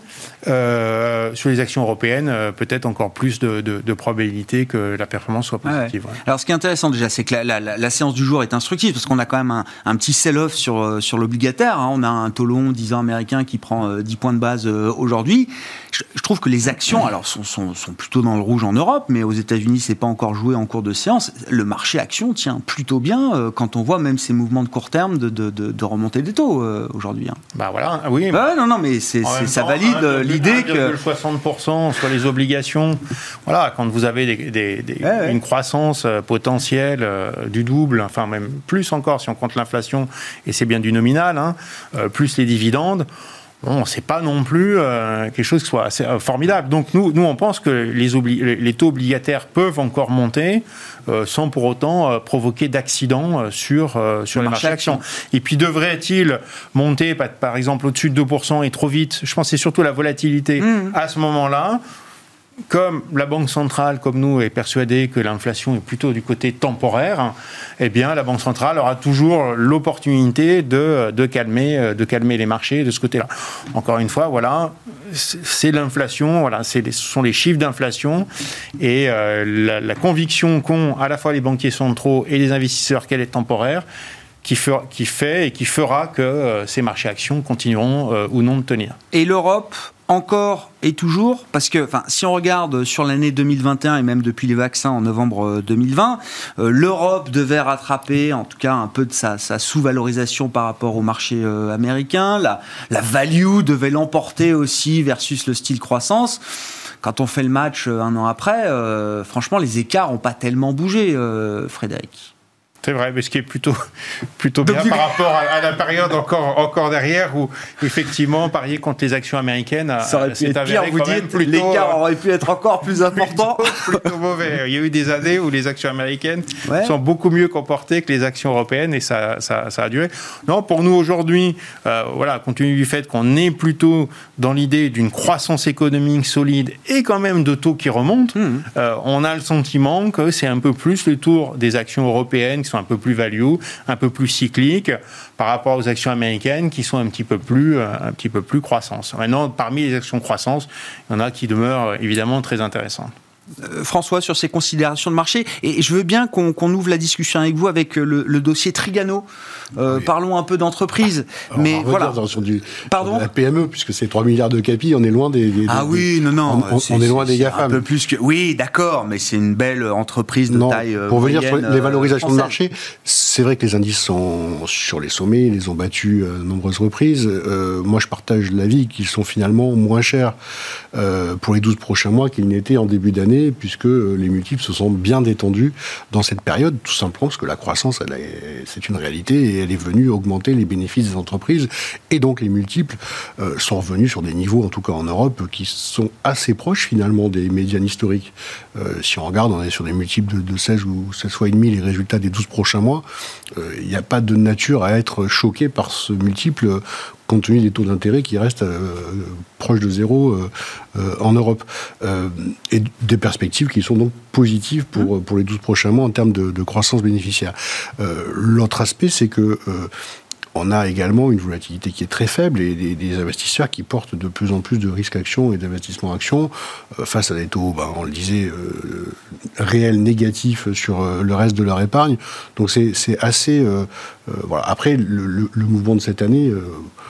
euh, sur les actions européennes, euh, peut-être encore plus de, de, de probabilité que la performance soit positive. Ah ouais. Ouais. Alors, ce qui est intéressant déjà, c'est que la, la, la, la séance du jour est instructive, parce qu'on a quand même un, un petit sell-off sur, sur l'obligataire. Hein. On a un taux long dix ans américain qui prend euh, dix points de base euh, aujourd'hui. Je, je trouve que les actions alors, sont, sont, sont plutôt dans le rouge en Europe, mais aux États-Unis, c'est pas encore joué en cours de séance. Le marché action tient plutôt bien euh, quand on voit même ces mouvements de court terme de, de, de, de remontée des taux euh, aujourd'hui. Hein. Bah voilà, oui. Ah, non, non, mais c'est, c'est, ça temps, valide un, l'idée que soixante pour cent sur les obligations. Voilà, quand vous avez des, des, des, ouais, ouais. une croissance potentielle euh, du double, enfin même plus encore si on compte l'inflation, et c'est bien du nominal, hein, euh, plus les dividendes. Bon, c'est pas non plus euh, quelque chose qui soit assez euh, formidable. Donc nous, nous, on pense que les, obli- les taux obligataires peuvent encore monter euh, sans pour autant euh, provoquer d'accidents euh, sur, euh, sur le les marchés actions. Et puis devrait-il monter, par, par exemple, au-dessus de deux pour cent et trop vite? Je pense que c'est surtout la volatilité mmh. à ce moment-là. Comme la Banque centrale, comme nous, est persuadée que l'inflation est plutôt du côté temporaire, eh bien, la Banque centrale aura toujours l'opportunité de, de, calmer, de calmer les marchés de ce côté-là. Encore une fois, voilà, c'est l'inflation, voilà, c'est, ce sont les chiffres d'inflation et euh, la, la conviction qu'ont à la fois les banquiers centraux et les investisseurs qu'elle est temporaire, qui, fer, qui fait et qui fera que euh, ces marchés actions continueront euh, ou non de tenir. Et l'Europe encore et toujours, parce que enfin, si on regarde sur l'année deux mille vingt et un et même depuis les vaccins en novembre deux mille vingt, euh, l'Europe devait rattraper en tout cas un peu de sa, sa sous-valorisation par rapport au marché euh, américain, la, la value devait l'emporter aussi versus le style croissance. Quand on fait le match un an après, euh, franchement les écarts n'ont pas tellement bougé, euh, Frédéric. C'est vrai, mais ce qui est plutôt, plutôt bien Donc, par rapport à, à la période encore, encore derrière où, effectivement, parier contre les actions américaines ça aurait pu être pire, vous dites, plutôt, l'écart aurait pu être encore plus important. Plutôt, plutôt mauvais. Il y a eu des années où les actions américaines ouais. sont beaucoup mieux comportées que les actions européennes et ça, ça, ça a duré. Non, pour nous aujourd'hui, euh, voilà, compte tenu du fait qu'on est plutôt dans l'idée d'une croissance économique solide et quand même de taux qui remontent, mmh. euh, on a le sentiment que c'est un peu plus le tour des actions européennes qui sont un peu plus value, un peu plus cycliques par rapport aux actions américaines qui sont un petit peu plus, un petit peu plus croissance. Maintenant, parmi les actions croissance, il y en a qui demeurent évidemment très intéressantes. Euh, François, sur ces considérations de marché, et je veux bien qu'on, qu'on ouvre la discussion avec vous avec le, le dossier Trigano. Euh, oui. Parlons un peu d'entreprise. Ah, mais voilà. Sur, du, Pardon sur la P M E, puisque c'est trois milliards de capi, on est loin des. des ah des, oui, non, non. On, on est loin des GAFAM. Un peu plus que. Oui, d'accord, mais c'est une belle entreprise de non, taille. Pour moyenne, venir sur les, les valorisations euh, de marché, c'est vrai que les indices sont sur les sommets, ils les ont battus à de nombreuses reprises. Euh, moi, je partage l'avis qu'ils sont finalement moins chers euh, pour les douze prochains mois qu'ils n'étaient en début d'année, puisque les multiples se sont bien détendus dans cette période, tout simplement parce que la croissance, elle est, c'est une réalité et elle est venue augmenter les bénéfices des entreprises. Et donc, les multiples euh, sont revenus sur des niveaux, en tout cas en Europe, qui sont assez proches finalement des médianes historiques. Euh, si on regarde, on est sur des multiples de, de seize ou seize fois et demi les résultats des douze prochains mois. Il euh, n'y a pas de nature à être choqué par ce multiple compte tenu des taux d'intérêt qui restent euh, proches de zéro euh, euh, en Europe. Euh, et des perspectives qui sont donc positives pour, pour les douze prochains mois en termes de, de croissance bénéficiaire. Euh, l'autre aspect, c'est que euh, on a également une volatilité qui est très faible et des, des investisseurs qui portent de plus en plus de risques actions et d'investissement actions euh, face à des taux, ben, on le disait, euh, réels négatifs sur euh, le reste de leur épargne. Donc c'est, c'est assez... Euh, euh, voilà. Après, le, le, le mouvement de cette année... Euh,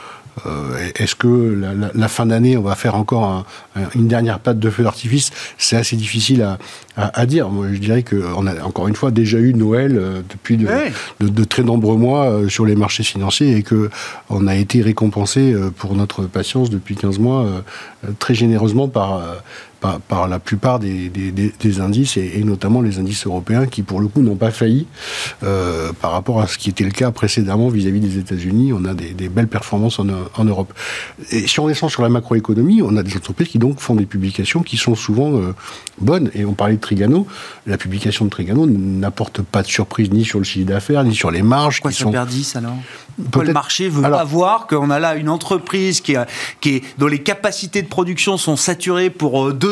Euh, est-ce que la, la, la fin d'année, on va faire encore un, un, une dernière patte de feu d'artifice? C'est assez difficile à, à, à dire. Moi, je dirais qu'on a encore une fois déjà eu Noël euh, depuis de, ouais. de, de très nombreux mois euh, sur les marchés financiers et qu'on a été récompensé euh, pour notre patience depuis quinze mois euh, très généreusement par... Euh, Par, par la plupart des, des, des indices, et, et notamment les indices européens, qui pour le coup n'ont pas failli euh, par rapport à ce qui était le cas précédemment vis-à-vis des États-Unis. On a des, des belles performances en, en Europe. Et si on descend sur la macroéconomie, on a des entreprises qui donc font des publications qui sont souvent euh, bonnes. Et on parlait de Trigano. La publication de Trigano n'apporte pas de surprise ni sur le chiffre d'affaires, ni sur les marges. Pourquoi qui ça sont... perd dix alors? Pourquoi le marché veut alors, pas voir qu'on a là une entreprise qui, a, qui est, dont les capacités de production sont saturées pour deux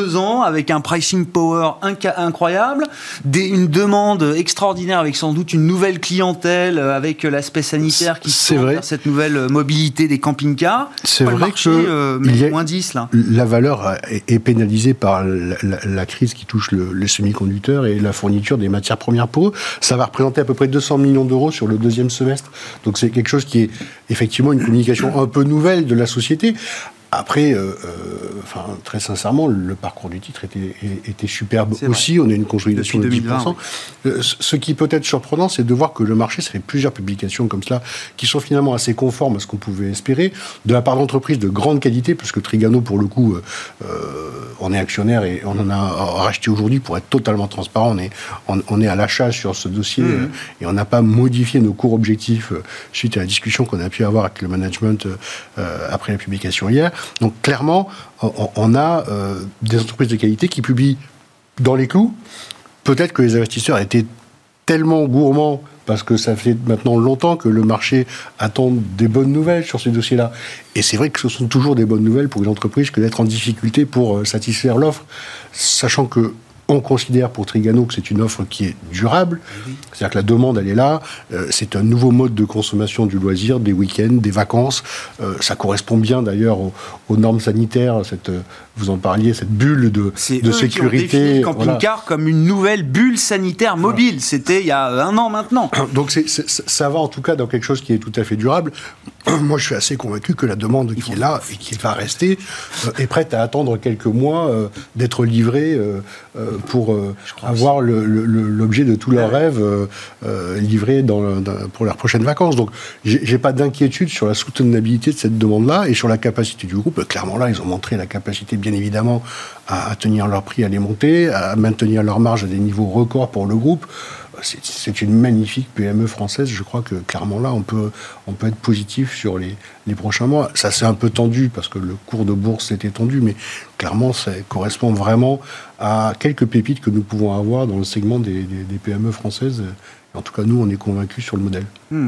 deux ans, avec un pricing power inca- incroyable, des, une demande extraordinaire avec sans doute une nouvelle clientèle, avec l'aspect sanitaire qui se tend vers cette nouvelle mobilité des camping-cars. C'est Quoi, vrai le marché, que euh, il y a, moins dix, là. La valeur est, est pénalisée par la, la, la crise qui touche le, les semi-conducteurs et la fourniture des matières premières pour eux. Ça va représenter à peu près deux cents millions d'euros sur le deuxième semestre. Donc c'est quelque chose qui est effectivement une communication un peu nouvelle de la société. Après, euh, euh, enfin, très sincèrement, le parcours du titre était, était superbe c'est aussi. Vrai. On a une consolidation depuis de dix pour cent. deux mille vingt, oui. Ce qui peut être surprenant, c'est de voir que le marché, ça fait plusieurs publications comme cela, qui sont finalement assez conformes à ce qu'on pouvait espérer, de la part d'entreprises de grande qualité, parce que Trigano, pour le coup, euh, on est actionnaire et on en a racheté aujourd'hui pour être totalement transparent. On est, on, on est à l'achat sur ce dossier mmh. euh, et on n'a pas modifié nos cours objectifs euh, suite à la discussion qu'on a pu avoir avec le management euh, après la publication hier. Donc clairement, on a euh, des entreprises de qualité qui publient dans les clous. Peut-être que les investisseurs étaient tellement gourmands, parce que ça fait maintenant longtemps que le marché attend des bonnes nouvelles sur ces dossiers-là. Et c'est vrai que ce sont toujours des bonnes nouvelles pour une entreprise que d'être en difficulté pour satisfaire l'offre, sachant que on considère pour Trigano que c'est une offre qui est durable, oui. C'est-à-dire que la demande, elle est là, euh, c'est un nouveau mode de consommation du loisir, des week-ends, des vacances, euh, ça correspond bien d'ailleurs aux, aux normes sanitaires, cette, vous en parliez, cette bulle de, c'est de eux sécurité. Qui ont défini le camping-car voilà. Comme une nouvelle bulle sanitaire mobile, voilà. C'était il y a un an maintenant. Donc c'est, c'est, ça va en tout cas dans quelque chose qui est tout à fait durable. Moi je suis assez convaincu que la demande qui est là et qui va rester euh, est prête à attendre quelques mois euh, d'être livrée euh, euh, pour euh, avoir le, le, l'objet de tous leurs ouais. rêves euh, euh, livré dans, dans, pour leurs prochaines vacances. Donc, j'ai, j'ai pas d'inquiétude sur la soutenabilité de cette demande-là et sur la capacité du groupe. Clairement, là, ils ont montré la capacité, bien évidemment, à, à tenir leur prix, à les monter, à maintenir leur marge à des niveaux records pour le groupe. C'est, c'est une magnifique P M E française. Je crois que, clairement, là, on peut, on peut être positif sur les, les prochains mois. Ça s'est un peu tendu parce que le cours de bourse s'était tendu, mais clairement, ça correspond vraiment à quelques pépites que nous pouvons avoir dans le segment des, des, des P M E françaises. En tout cas, nous, on est convaincus sur le modèle. Mmh.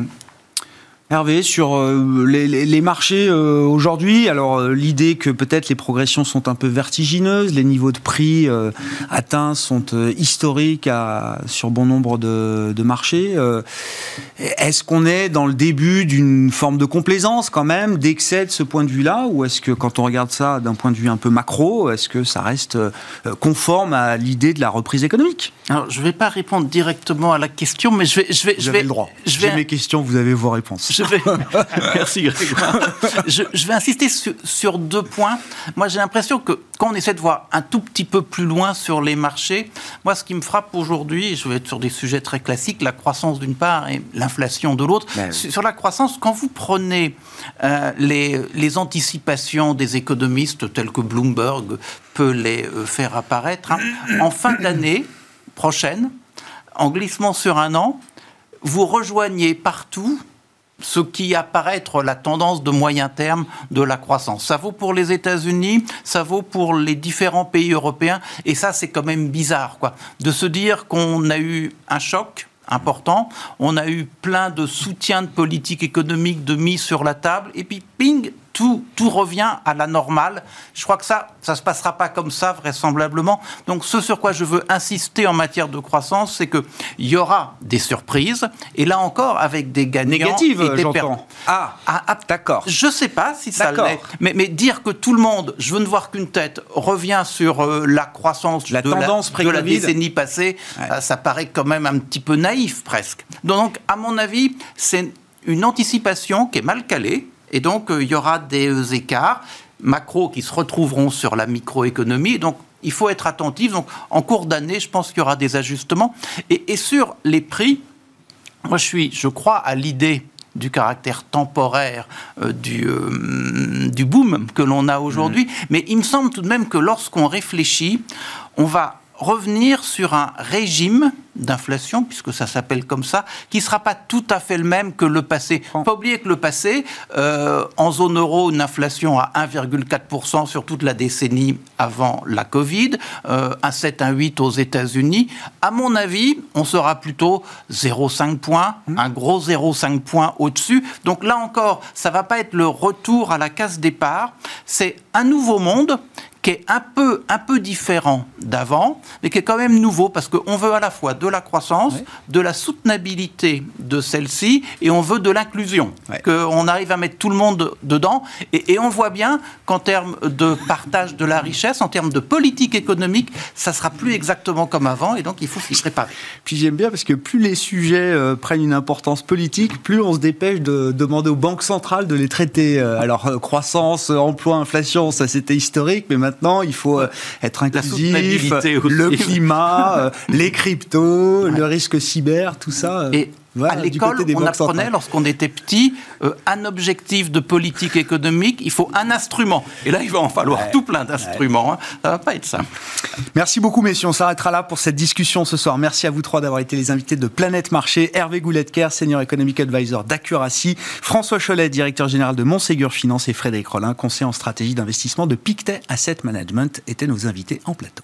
Hervé, sur euh, les, les, les marchés euh, aujourd'hui, alors euh, l'idée que peut-être les progressions sont un peu vertigineuses, les niveaux de prix euh, atteints sont euh, historiques à, sur bon nombre de, de marchés. Euh, est-ce qu'on est dans le début d'une forme de complaisance quand même, d'excès de ce point de vue-là, ou est-ce que quand on regarde ça d'un point de vue un peu macro, est-ce que ça reste euh, conforme à l'idée de la reprise économique ? Alors, je ne vais pas répondre directement à la question, mais je vais... Je vais vous je avez vais, le droit. Je vais... J'ai mes questions, vous avez vos réponses. Je vais... Merci Grégoire. Je, je vais insister sur, sur deux points. Moi, j'ai l'impression que quand on essaie de voir un tout petit peu plus loin sur les marchés, moi, ce qui me frappe aujourd'hui, et je vais être sur des sujets très classiques, la croissance d'une part et l'inflation de l'autre. Ben oui. Sur la croissance, quand vous prenez euh, les, les anticipations des économistes tels que Bloomberg peut les euh, faire apparaître, hein, en fin d'année prochaine, en glissement sur un an, vous rejoignez partout ce qui apparaît être la tendance de moyen terme de la croissance. Ça vaut pour les États-Unis, ça vaut pour les différents pays européens, et ça, c'est quand même bizarre, quoi, de se dire qu'on a eu un choc important, on a eu plein de soutien de politique économique de mise sur la table, et puis ping, tout, tout revient à la normale. Je crois que ça, ça ne se passera pas comme ça, vraisemblablement. Donc, ce sur quoi je veux insister en matière de croissance, c'est qu'il y aura des surprises, et là encore, avec des gagnants négatives, et des j'entends. perdants. Ah, ah, ah, d'accord. Je ne sais pas si ça d'accord. l'est, mais, mais dire que tout le monde, je veux ne voir qu'une tête, revient sur euh, la croissance la de, tendance la, de la décennie passée, ouais. euh, ça paraît quand même un petit peu naïf, presque. Donc, à mon avis, c'est une anticipation qui est mal calée, et donc, il euh, y aura des euh, écarts macro qui se retrouveront sur la microéconomie. Donc, il faut être attentif. Donc, en cours d'année, je pense qu'il y aura des ajustements. Et, et sur les prix, moi, je, suis, je crois à l'idée du caractère temporaire euh, du, euh, du boom que l'on a aujourd'hui. Mmh. Mais il me semble tout de même que lorsqu'on réfléchit, on va revenir sur un régime d'inflation, puisque ça s'appelle comme ça, qui ne sera pas tout à fait le même que le passé. Il ne faut pas oublier que le passé, euh, en zone euro, une inflation à un virgule quatre pour cent sur toute la décennie avant la Covid, euh, un sept à huit aux États-Unis. À mon avis, on sera plutôt zéro virgule cinq points, mmh. un gros zéro virgule cinq points au-dessus. Donc là encore, ça ne va pas être le retour à la case départ. C'est un nouveau monde qui est un peu, un peu différent d'avant, mais qui est quand même nouveau, parce qu'on veut à la fois de la croissance, ouais. de la soutenabilité de celle-ci, et on veut de l'inclusion, ouais. qu'on arrive à mettre tout le monde dedans, et, et on voit bien qu'en termes de partage de la richesse, en termes de politique économique, ça sera plus exactement comme avant, et donc il faut s'y préparer. Puis j'aime bien, parce que plus les sujets euh, prennent une importance politique, plus on se dépêche de demander aux banques centrales de les traiter. Euh, alors, euh, croissance, emploi, inflation, ça c'était historique, mais maintenant, il faut euh, être inclusif, le climat, euh, les cryptos, ouais. le risque cyber, tout ça. Euh, Et voilà, à l'école, on apprenait, centrales. lorsqu'on était petit, euh, un objectif de politique économique, il faut un instrument. Et là, il va en falloir ouais. tout plein d'instruments. Ouais. Hein. Ça ne va pas être simple. Merci beaucoup, messieurs. On s'arrêtera là pour cette discussion ce soir. Merci à vous trois d'avoir été les invités de Planète Marché. Hervé Gouletker, Senior Economic Advisor d'Accuracy. François Cholet, Directeur Général de Montségur Finance. Et Frédéric Rollin, conseiller en stratégie d'investissement de Pictet Asset Management, étaient nos invités en plateau.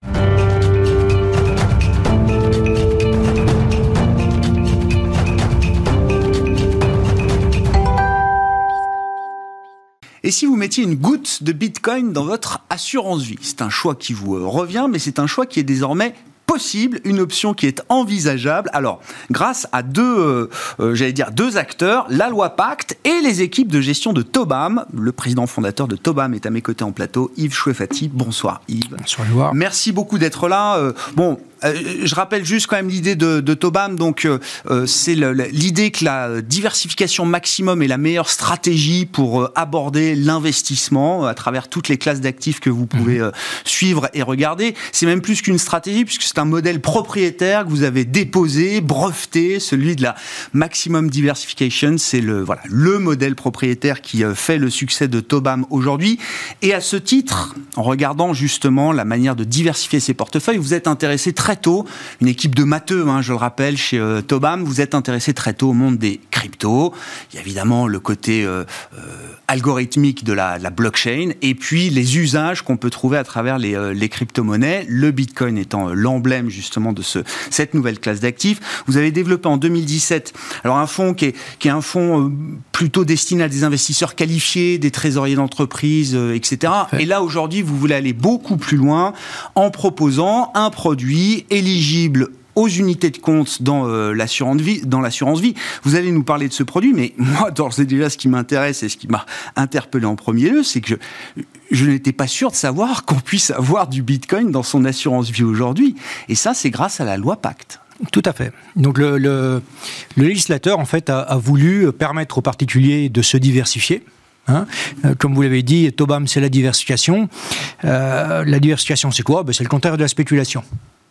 Et si vous mettiez une goutte de Bitcoin dans votre assurance vie? C'est un choix qui vous revient, mais c'est un choix qui est désormais possible, une option qui est envisageable. Alors, grâce à deux, euh, euh, j'allais dire deux acteurs, la loi Pacte et les équipes de gestion de Tobam. Le président fondateur de Tobam est à mes côtés en plateau, Yves Chouefati. Bonsoir Yves. Bonsoir Edouard. Merci beaucoup d'être là. Euh, bon. Euh, je rappelle juste quand même l'idée de, de Tobam. Donc, euh, c'est le, l'idée que la diversification maximum est la meilleure stratégie pour euh, aborder l'investissement à travers toutes les classes d'actifs que vous pouvez euh, suivre et regarder. C'est même plus qu'une stratégie, puisque c'est un modèle propriétaire que vous avez déposé, breveté, celui de la maximum diversification. C'est le voilà le modèle propriétaire qui euh, fait le succès de Tobam aujourd'hui. Et à ce titre, en regardant justement la manière de diversifier ses portefeuilles, vous êtes intéressé très Très tôt, une équipe de matheux, hein, je le rappelle, chez euh, Tobam, vous êtes intéressé très tôt au monde des cryptos. Il y a évidemment le côté euh, euh, algorithmique de la, de la blockchain, et puis les usages qu'on peut trouver à travers les, euh, les crypto-monnaies, le Bitcoin étant euh, l'emblème justement de ce, cette nouvelle classe d'actifs. Vous avez développé en deux mille dix-sept alors un fonds qui est, qui est un fonds euh, plutôt destiné à des investisseurs qualifiés, des trésoriers d'entreprise, euh, et cetera. Ouais. Et là, aujourd'hui, vous voulez aller beaucoup plus loin en proposant un produit éligible aux unités de compte dans euh, l'assurance vie, dans l'assurance vie. Vous allez nous parler de ce produit, mais moi, d'ores et déjà, ce qui m'intéresse et ce qui m'a interpellé en premier lieu, c'est que je, je n'étais pas sûr de savoir qu'on puisse avoir du Bitcoin dans son assurance vie aujourd'hui. Et ça, c'est grâce à la loi Pacte. Tout à fait. Donc le, le, le législateur, en fait, a, a voulu permettre aux particuliers de se diversifier. Hein, comme vous l'avez dit, Tobam, c'est la diversification. Euh, la diversification, c'est quoi ? Ben, c'est le contraire de la spéculation. D'accord ?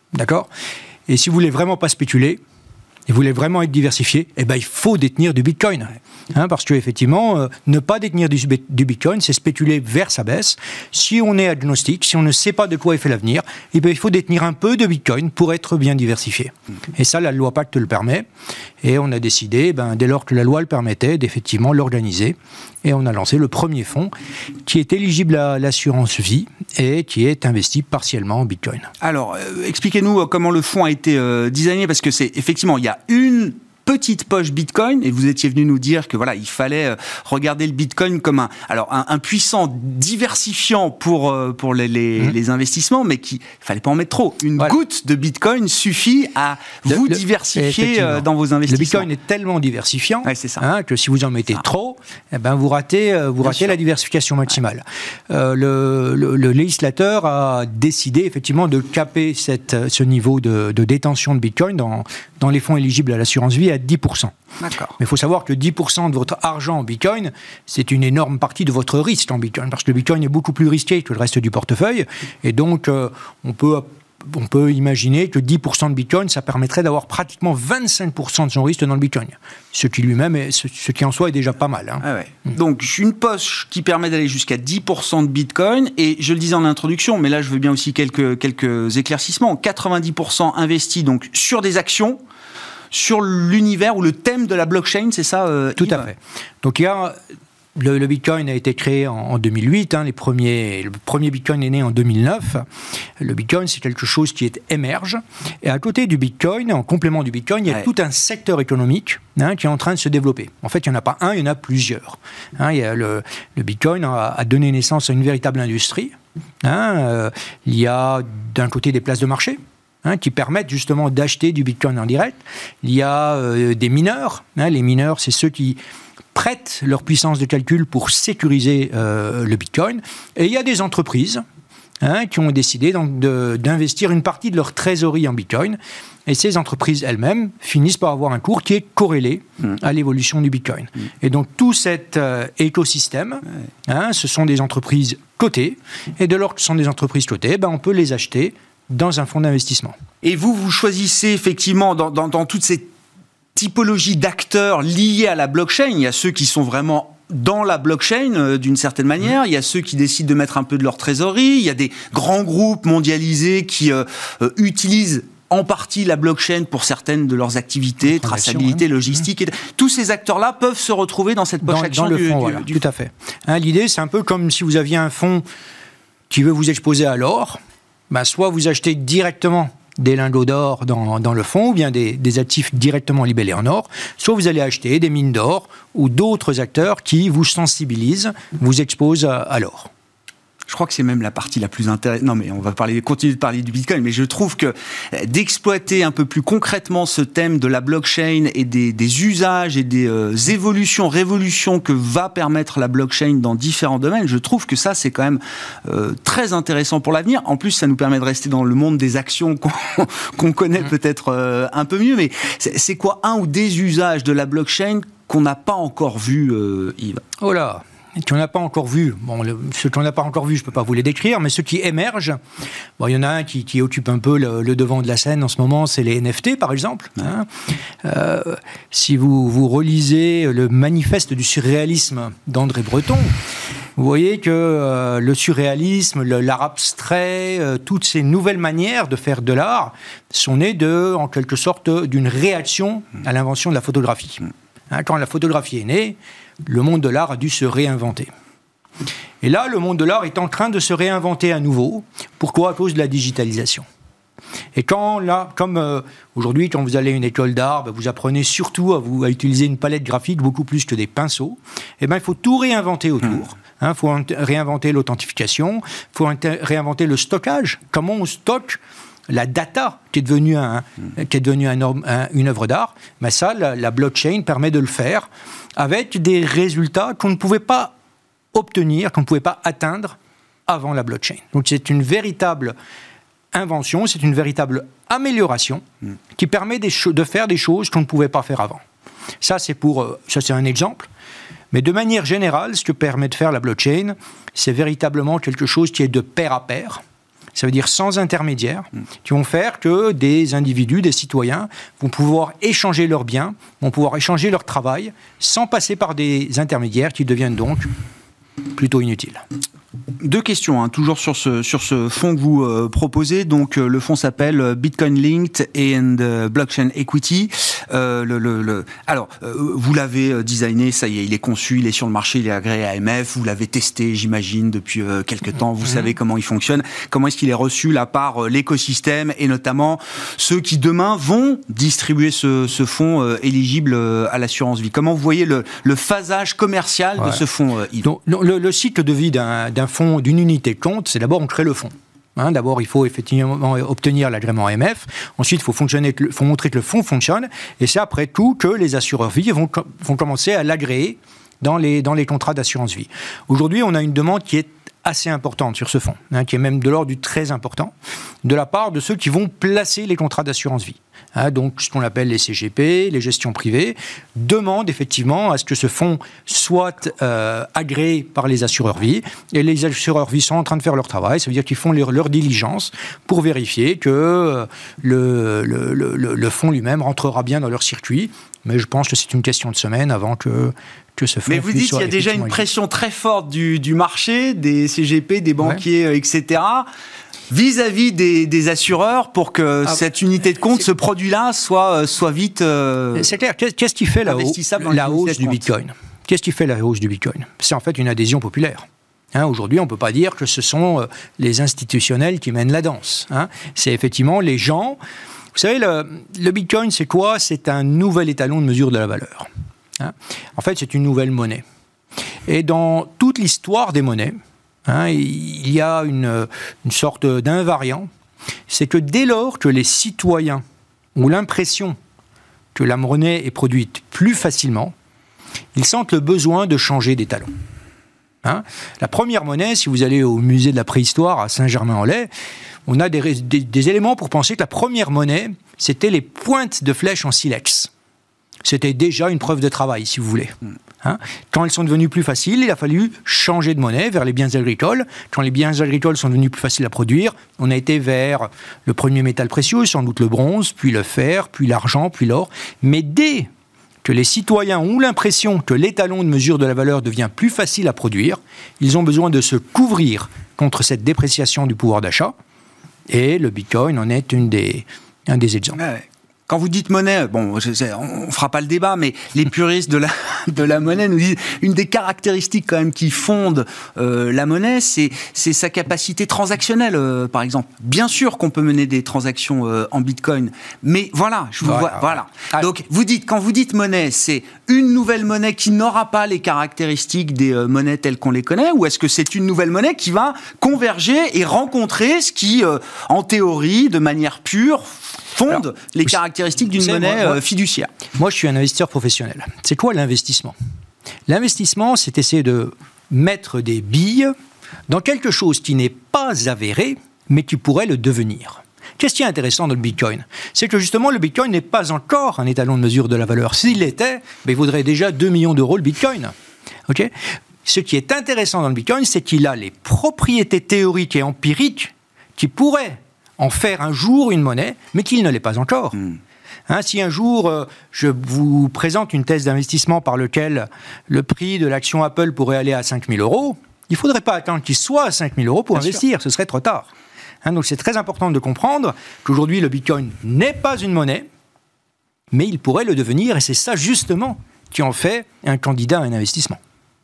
Et si vous voulez vraiment pas spéculer, et vous voulez vraiment être diversifié, eh ben, il faut détenir du Bitcoin. Hein, parce qu'effectivement, euh, ne pas détenir du, du Bitcoin, c'est spéculer vers sa baisse. Si on est agnostique, si on ne sait pas de quoi est fait l'avenir, eh ben, il faut détenir un peu de Bitcoin pour être bien diversifié. Mmh. Et ça, la loi Pacte le permet. Et on a décidé, ben, dès lors que la loi le permettait, d'effectivement l'organiser. Et on a lancé le premier fonds qui est éligible à l'assurance vie et qui est investi partiellement en Bitcoin. Alors, euh, expliquez-nous comment le fonds a été euh, designé, parce que c'est effectivement, il y a une petite poche Bitcoin, et vous étiez venu nous dire que voilà, il fallait regarder le Bitcoin comme un, alors un, un puissant diversifiant pour pour les, les, mmh. les investissements, mais qu'il fallait pas en mettre trop. Une voilà. goutte de Bitcoin suffit à le, vous le, diversifier dans vos investissements. Le Bitcoin est tellement diversifiant ouais, c'est ça. Hein, que si vous en mettez ça. trop, eh ben vous ratez vous Bien ratez sûr. la diversification maximale. Ouais. Euh, le, le, le législateur a décidé effectivement de caper cette ce niveau de, de détention de Bitcoin dans dans les fonds éligibles à l'assurance vie à dix pour cent. D'accord. Mais il faut savoir que dix pour cent de votre argent en Bitcoin, c'est une énorme partie de votre risque en Bitcoin, parce que le Bitcoin est beaucoup plus risqué que le reste du portefeuille, et donc euh, on peut... on peut imaginer que dix pour cent de Bitcoin, ça permettrait d'avoir pratiquement vingt-cinq pour cent de son risque dans le Bitcoin. Ce qui lui-même, est, ce, ce qui en soi est déjà pas mal. Hein. Ah ouais. mmh. Donc, une poche qui permet d'aller jusqu'à dix pour cent de Bitcoin. Et je le disais en introduction, mais là, je veux bien aussi quelques, quelques éclaircissements. quatre-vingt-dix pour cent investis donc, sur des actions, sur l'univers ou le thème de la blockchain, c'est ça euh, Tout Yves à fait. Donc, il y a... Le, le Bitcoin a été créé en, en deux mille huit. Hein, les premiers, le premier Bitcoin est né en deux mille neuf. Le Bitcoin, c'est quelque chose qui est émerge. Et à côté du Bitcoin, en complément du Bitcoin, il y a ouais. tout un secteur économique hein, qui est en train de se développer. En fait, il n'y en a pas un, il y en a plusieurs. Hein, il y a le, le Bitcoin a, a donné naissance à une véritable industrie. Hein, euh, il y a d'un côté des places de marché, hein, qui permettent justement d'acheter du Bitcoin en direct. Il y a euh, des mineurs. Hein, les mineurs, c'est ceux qui prêtent leur puissance de calcul pour sécuriser euh, le Bitcoin. Et il y a des entreprises, hein, qui ont décidé donc de, d'investir une partie de leur trésorerie en Bitcoin. Et ces entreprises elles-mêmes finissent par avoir un cours qui est corrélé mmh. à l'évolution du Bitcoin. Mmh. Et donc tout cet euh, écosystème, ouais. hein, ce sont des entreprises cotées. Et de lors que ce sont des entreprises cotées, ben, on peut les acheter dans un fonds d'investissement. Et vous, vous choisissez effectivement dans, dans, dans toutes ces typologies d'acteurs liés à la blockchain, il y a ceux qui sont vraiment dans la blockchain, euh, d'une certaine manière. Mmh. Il y a ceux qui décident de mettre un peu de leur trésorerie. Il y a des grands groupes mondialisés qui euh, euh, utilisent en partie la blockchain pour certaines de leurs activités, traçabilité, hein. logistique. Mmh. Et tous ces acteurs-là peuvent se retrouver dans cette poche dans, action dans le du, fonds, du, voilà, du... Tout à fait. Hein, l'idée, c'est un peu comme si vous aviez un fonds qui veut vous exposer à l'or. Ben, soit vous achetez directement des lingots d'or dans, dans le fonds, ou bien des, des actifs directement libellés en or, soit vous allez acheter des mines d'or ou d'autres acteurs qui vous sensibilisent, vous exposent à, à l'or. Je crois que c'est même la partie la plus intéressante. Non, mais on va parler, continuer de parler du Bitcoin, mais je trouve que d'exploiter un peu plus concrètement ce thème de la blockchain et des, des usages et des euh, évolutions, révolutions que va permettre la blockchain dans différents domaines, je trouve que ça, c'est quand même euh, très intéressant pour l'avenir. En plus, ça nous permet de rester dans le monde des actions qu'on, qu'on connaît peut-être euh, un peu mieux, mais c'est, c'est quoi un ou des usages de la blockchain qu'on n'a pas encore vu, euh, Yves ? Oh là, qu'on n'a pas encore vu. Bon, le, ceux qu'on n'a pas encore vu, je ne peux pas vous les décrire, mais ceux qui émergent, bon, il y en a un qui, qui occupe un peu le, le devant de la scène en ce moment, c'est les N F T, par exemple. Hein. Euh, si vous, vous relisez le manifeste du surréalisme d'André Breton, vous voyez que euh, le surréalisme, le, l'art abstrait, euh, toutes ces nouvelles manières de faire de l'art sont nées de, en quelque sorte, d'une réaction à l'invention de la photographie. Hein, quand la photographie est née, le monde de l'art a dû se réinventer. Et là, le monde de l'art est en train de se réinventer à nouveau. Pourquoi ? À cause de la digitalisation. Et quand, là, comme euh, aujourd'hui, quand vous allez à une école d'art, ben, vous apprenez surtout à, vous, à utiliser une palette graphique beaucoup plus que des pinceaux, et ben, il faut tout réinventer autour. Il hein, faut réinventer l'authentification, il faut inter- réinventer le stockage. Comment on stocke la data qui est devenue, un, qui est devenue un, un, une œuvre d'art, mais ça, la, la blockchain permet de le faire avec des résultats qu'on ne pouvait pas obtenir, qu'on ne pouvait pas atteindre avant la blockchain. Donc c'est une véritable invention, c'est une véritable amélioration mm. qui permet des cho- de faire des choses qu'on ne pouvait pas faire avant. Ça, c'est pour, euh, ça, c'est un exemple. Mais de manière générale, ce que permet de faire la blockchain, c'est véritablement quelque chose qui est de pair à pair. Ça veut dire sans intermédiaire, qui vont faire que des individus, des citoyens, vont pouvoir échanger leurs biens, vont pouvoir échanger leur travail, sans passer par des intermédiaires qui deviennent donc plutôt inutiles. Deux questions, hein, toujours sur ce, sur ce fonds que vous euh, proposez. Donc, euh, le fonds s'appelle Bitcoin Linked and uh, Blockchain Equity. Euh, le, le, le... Alors, euh, vous l'avez designé, ça y est, il est conçu, il est sur le marché, il est agréé à A M F. Vous l'avez testé, j'imagine, depuis euh, quelques temps. Vous mmh. savez comment il fonctionne. Comment est-ce qu'il est reçu là par euh, l'écosystème et notamment ceux qui demain vont distribuer ce, ce fonds euh, éligible euh, à l'assurance vie. Comment vous voyez le, le phasage commercial ouais. de ce fonds, euh, Yves ? Donc, le, le cycle de vie d'un, d'un fonds, d'une unité de compte, c'est d'abord on crée le fonds. Hein, d'abord, il faut effectivement obtenir l'agrément A M F. Ensuite, il faut, fonctionner, faut montrer que le fonds fonctionne. Et c'est après tout que les assureurs vie vont, vont commencer à l'agréer dans les, dans les contrats d'assurance vie. Aujourd'hui, on a une demande qui est assez importante sur ce fonds, hein, qui est même de l'ordre du très important, de la part de ceux qui vont placer les contrats d'assurance vie. Hein, donc, ce qu'on appelle les C G P, les gestions privées, demandent effectivement à ce que ce fonds soit euh, agréé par les assureurs vie. Et les assureurs vie sont en train de faire leur travail. Ça veut dire qu'ils font leur, leur diligence pour vérifier que euh, le, le, le, le fonds lui-même rentrera bien dans leur circuit. Mais je pense que c'est une question de semaine avant que, que ce fonds... Mais vous dites qu'il y a déjà une pression très forte du, du marché, des C G P, des banquiers, ouais. et cetera, vis-à-vis des, des assureurs pour que ah, cette unité de compte, ce produit-là, soit, soit vite euh, c'est clair. Qu'est-ce qui fait la, haut, la hausse du Bitcoin ? Qu'est-ce qui fait la hausse du Bitcoin ? C'est en fait une adhésion populaire. Hein, aujourd'hui, on ne peut pas dire que ce sont les institutionnels qui mènent la danse. Hein. C'est effectivement les gens... Vous savez, le, le Bitcoin, c'est quoi ? C'est un nouvel étalon de mesure de la valeur. Hein. En fait, c'est une nouvelle monnaie. Et dans toute l'histoire des monnaies, hein, il y a une, une sorte d'invariant, c'est que dès lors que les citoyens ont l'impression que la monnaie est produite plus facilement, ils sentent le besoin de changer d'étalon. Hein, la première monnaie, si vous allez au musée de la préhistoire à Saint-Germain-en-Laye, on a des, des, des éléments pour penser que la première monnaie, c'était les pointes de flèches en silex. C'était déjà une preuve de travail, si vous voulez. Hein, quand elles sont devenues plus faciles, il a fallu changer de monnaie vers les biens agricoles. Quand les biens agricoles sont devenus plus faciles à produire, on a été vers le premier métal précieux, sans doute le bronze, puis le fer, puis l'argent, puis l'or. Mais dès que les citoyens ont l'impression que l'étalon de mesure de la valeur devient plus facile à produire, ils ont besoin de se couvrir contre cette dépréciation du pouvoir d'achat. Et le Bitcoin en est une des, un des exemples. Ouais. Quand vous dites monnaie, bon, je sais, on ne fera pas le débat, mais les puristes de la, de la monnaie nous disent une des caractéristiques quand même qui fondent euh, la monnaie, c'est, c'est sa capacité transactionnelle, euh, par exemple. Bien sûr qu'on peut mener des transactions euh, en Bitcoin, mais voilà, je vous voilà. vois, voilà. Ah. Donc, vous dites, quand vous dites monnaie, c'est une nouvelle monnaie qui n'aura pas les caractéristiques des euh, monnaies telles qu'on les connaît, ou est-ce que c'est une nouvelle monnaie qui va converger et rencontrer ce qui, euh, en théorie, de manière pure, fonde Alors, les caractéristiques d'une monnaie moi, moi, fiduciaire. Moi, je suis un investisseur professionnel. C'est quoi l'investissement ? L'investissement, c'est essayer de mettre des billes dans quelque chose qui n'est pas avéré, mais qui pourrait le devenir. Qu'est-ce qui est intéressant dans le Bitcoin ? C'est que justement, le Bitcoin n'est pas encore un étalon de mesure de la valeur. S'il l'était, ben, il vaudrait déjà deux millions d'euros le Bitcoin. Okay ? Ce qui est intéressant dans le Bitcoin, c'est qu'il a les propriétés théoriques et empiriques qui pourraient en faire un jour une monnaie, mais qu'il ne l'est pas encore. Mmh. Hein, si un jour, euh, je vous présente une thèse d'investissement par laquelle le prix de l'action Apple pourrait aller à cinq mille euros, il ne faudrait pas attendre qu'il soit à cinq mille euros pour Bien investir, sûr. Ce serait trop tard. Hein, donc c'est très important de comprendre qu'aujourd'hui, le Bitcoin n'est pas une monnaie, mais il pourrait le devenir, et c'est ça justement qui en fait un candidat à un investissement.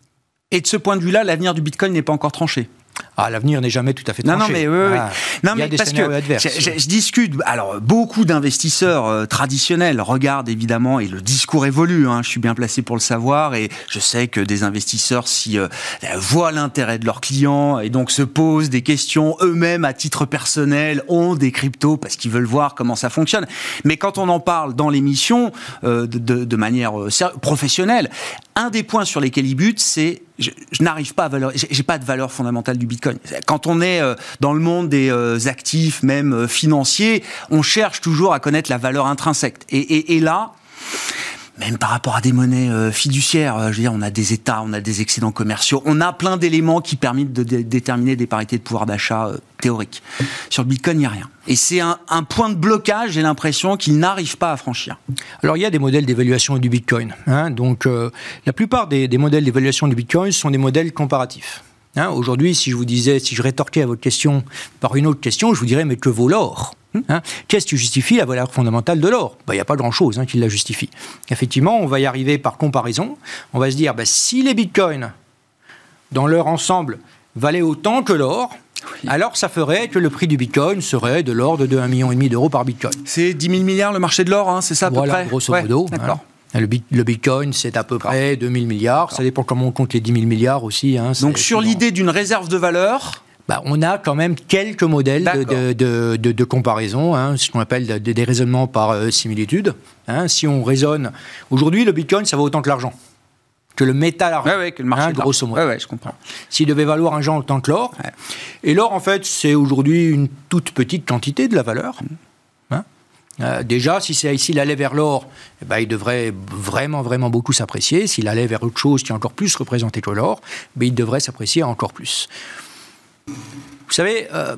Et de ce point de vue-là, l'avenir du Bitcoin n'est pas encore tranché. Ah, l'avenir n'est jamais tout à fait tranché. Non, non, mais, oui, oui. Ah, non, il y a mais des parce que adverses. Je, je, je discute. Alors, beaucoup d'investisseurs euh, traditionnels regardent évidemment, et le discours évolue. Hein, je suis bien placé pour le savoir, et je sais que des investisseurs s'y euh, voient l'intérêt de leurs clients et donc se posent des questions eux-mêmes à titre personnel, ont des cryptos parce qu'ils veulent voir comment ça fonctionne. Mais quand on en parle dans l'émission euh, de, de, de manière euh, professionnelle, un des points sur lesquels ils butent, c'est je, je n'arrive pas à valeur, j'ai, j'ai pas de valeur fondamentale du Bitcoin. Quand on est euh, dans le monde des euh, actifs, même euh, financiers, on cherche toujours à connaître la valeur intrinsèque. Et, et, et là, même par rapport à des monnaies euh, fiduciaires, euh, je veux dire, on a des états, on a des excédents commerciaux, on a plein d'éléments qui permettent de dé- déterminer des parités de pouvoir d'achat euh, théoriques. Sur le Bitcoin, il n'y a rien. Et c'est un, un point de blocage, j'ai l'impression, qu'il n'arrive pas à franchir. Alors, il y a des modèles d'évaluation du Bitcoin. Hein, donc, euh, la plupart des, des modèles d'évaluation du Bitcoin sont des modèles comparatifs. Hein, aujourd'hui, si je vous disais, si je rétorquais à votre question par une autre question, je vous dirais, mais que vaut l'or ? Hein, qu'est-ce qui justifie la valeur fondamentale de l'or ? Ben, il n'y a pas grand-chose hein, qui la justifie. Effectivement, on va y arriver par comparaison. On va se dire, ben, si les bitcoins, dans leur ensemble, valaient autant que l'or, oui. alors ça ferait que le prix du bitcoin serait de l'ordre de un virgule cinq million d'euros par bitcoin. C'est dix mille milliards le marché de l'or, hein, c'est ça à voilà, peu près grosso modo. Ouais, d'accord. Hein. Le, bit, le bitcoin, c'est à peu près deux mille milliards. Ça dépend comment on compte les dix mille milliards aussi. Hein, Donc sur l'idée d'une réserve de valeur... Bah, on a quand même quelques modèles de, de, de, de, de comparaison, hein, ce qu'on appelle de, de, des raisonnements par euh, similitude. Hein. Si on raisonne... Aujourd'hui, le Bitcoin, ça vaut autant que l'argent, que le métal argent, ouais, ouais, que le marché hein, grosso modo. Ouais, ouais, je comprends. S'il devait valoir un genre autant que l'or. Ouais. Et l'or, en fait, c'est aujourd'hui une toute petite quantité de la valeur. Mmh. Hein. Euh, déjà, si c'est, s'il allait vers l'or, eh ben, il devrait vraiment, vraiment beaucoup s'apprécier. S'il allait vers autre chose qui est encore plus représenté que l'or, ben, il devrait s'apprécier encore plus. Vous savez, euh,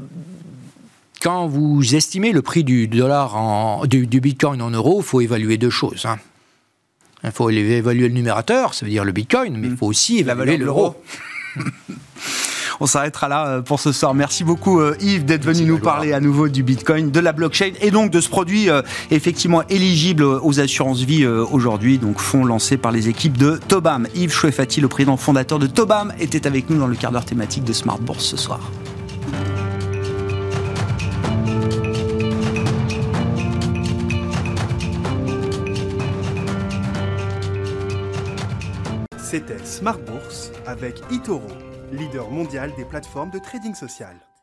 quand vous estimez le prix du dollar, en, du, du bitcoin en euros, il faut évaluer deux choses. Hein. Il faut évaluer le numérateur, ça veut dire le bitcoin, mais il faut aussi évaluer l'euro. On s'arrêtera là pour ce soir. Merci beaucoup Yves d'être venu nous parler à nouveau du Bitcoin, de la blockchain et donc de ce produit euh, effectivement éligible aux assurances vie euh, aujourd'hui, donc fonds lancé par les équipes de Tobam. Yves Chouefati, le président fondateur de Tobam, était avec nous dans le quart d'heure thématique de Smart Bourse ce soir. C'était Smart Bourse avec eToro. leader mondial des plateformes de trading social.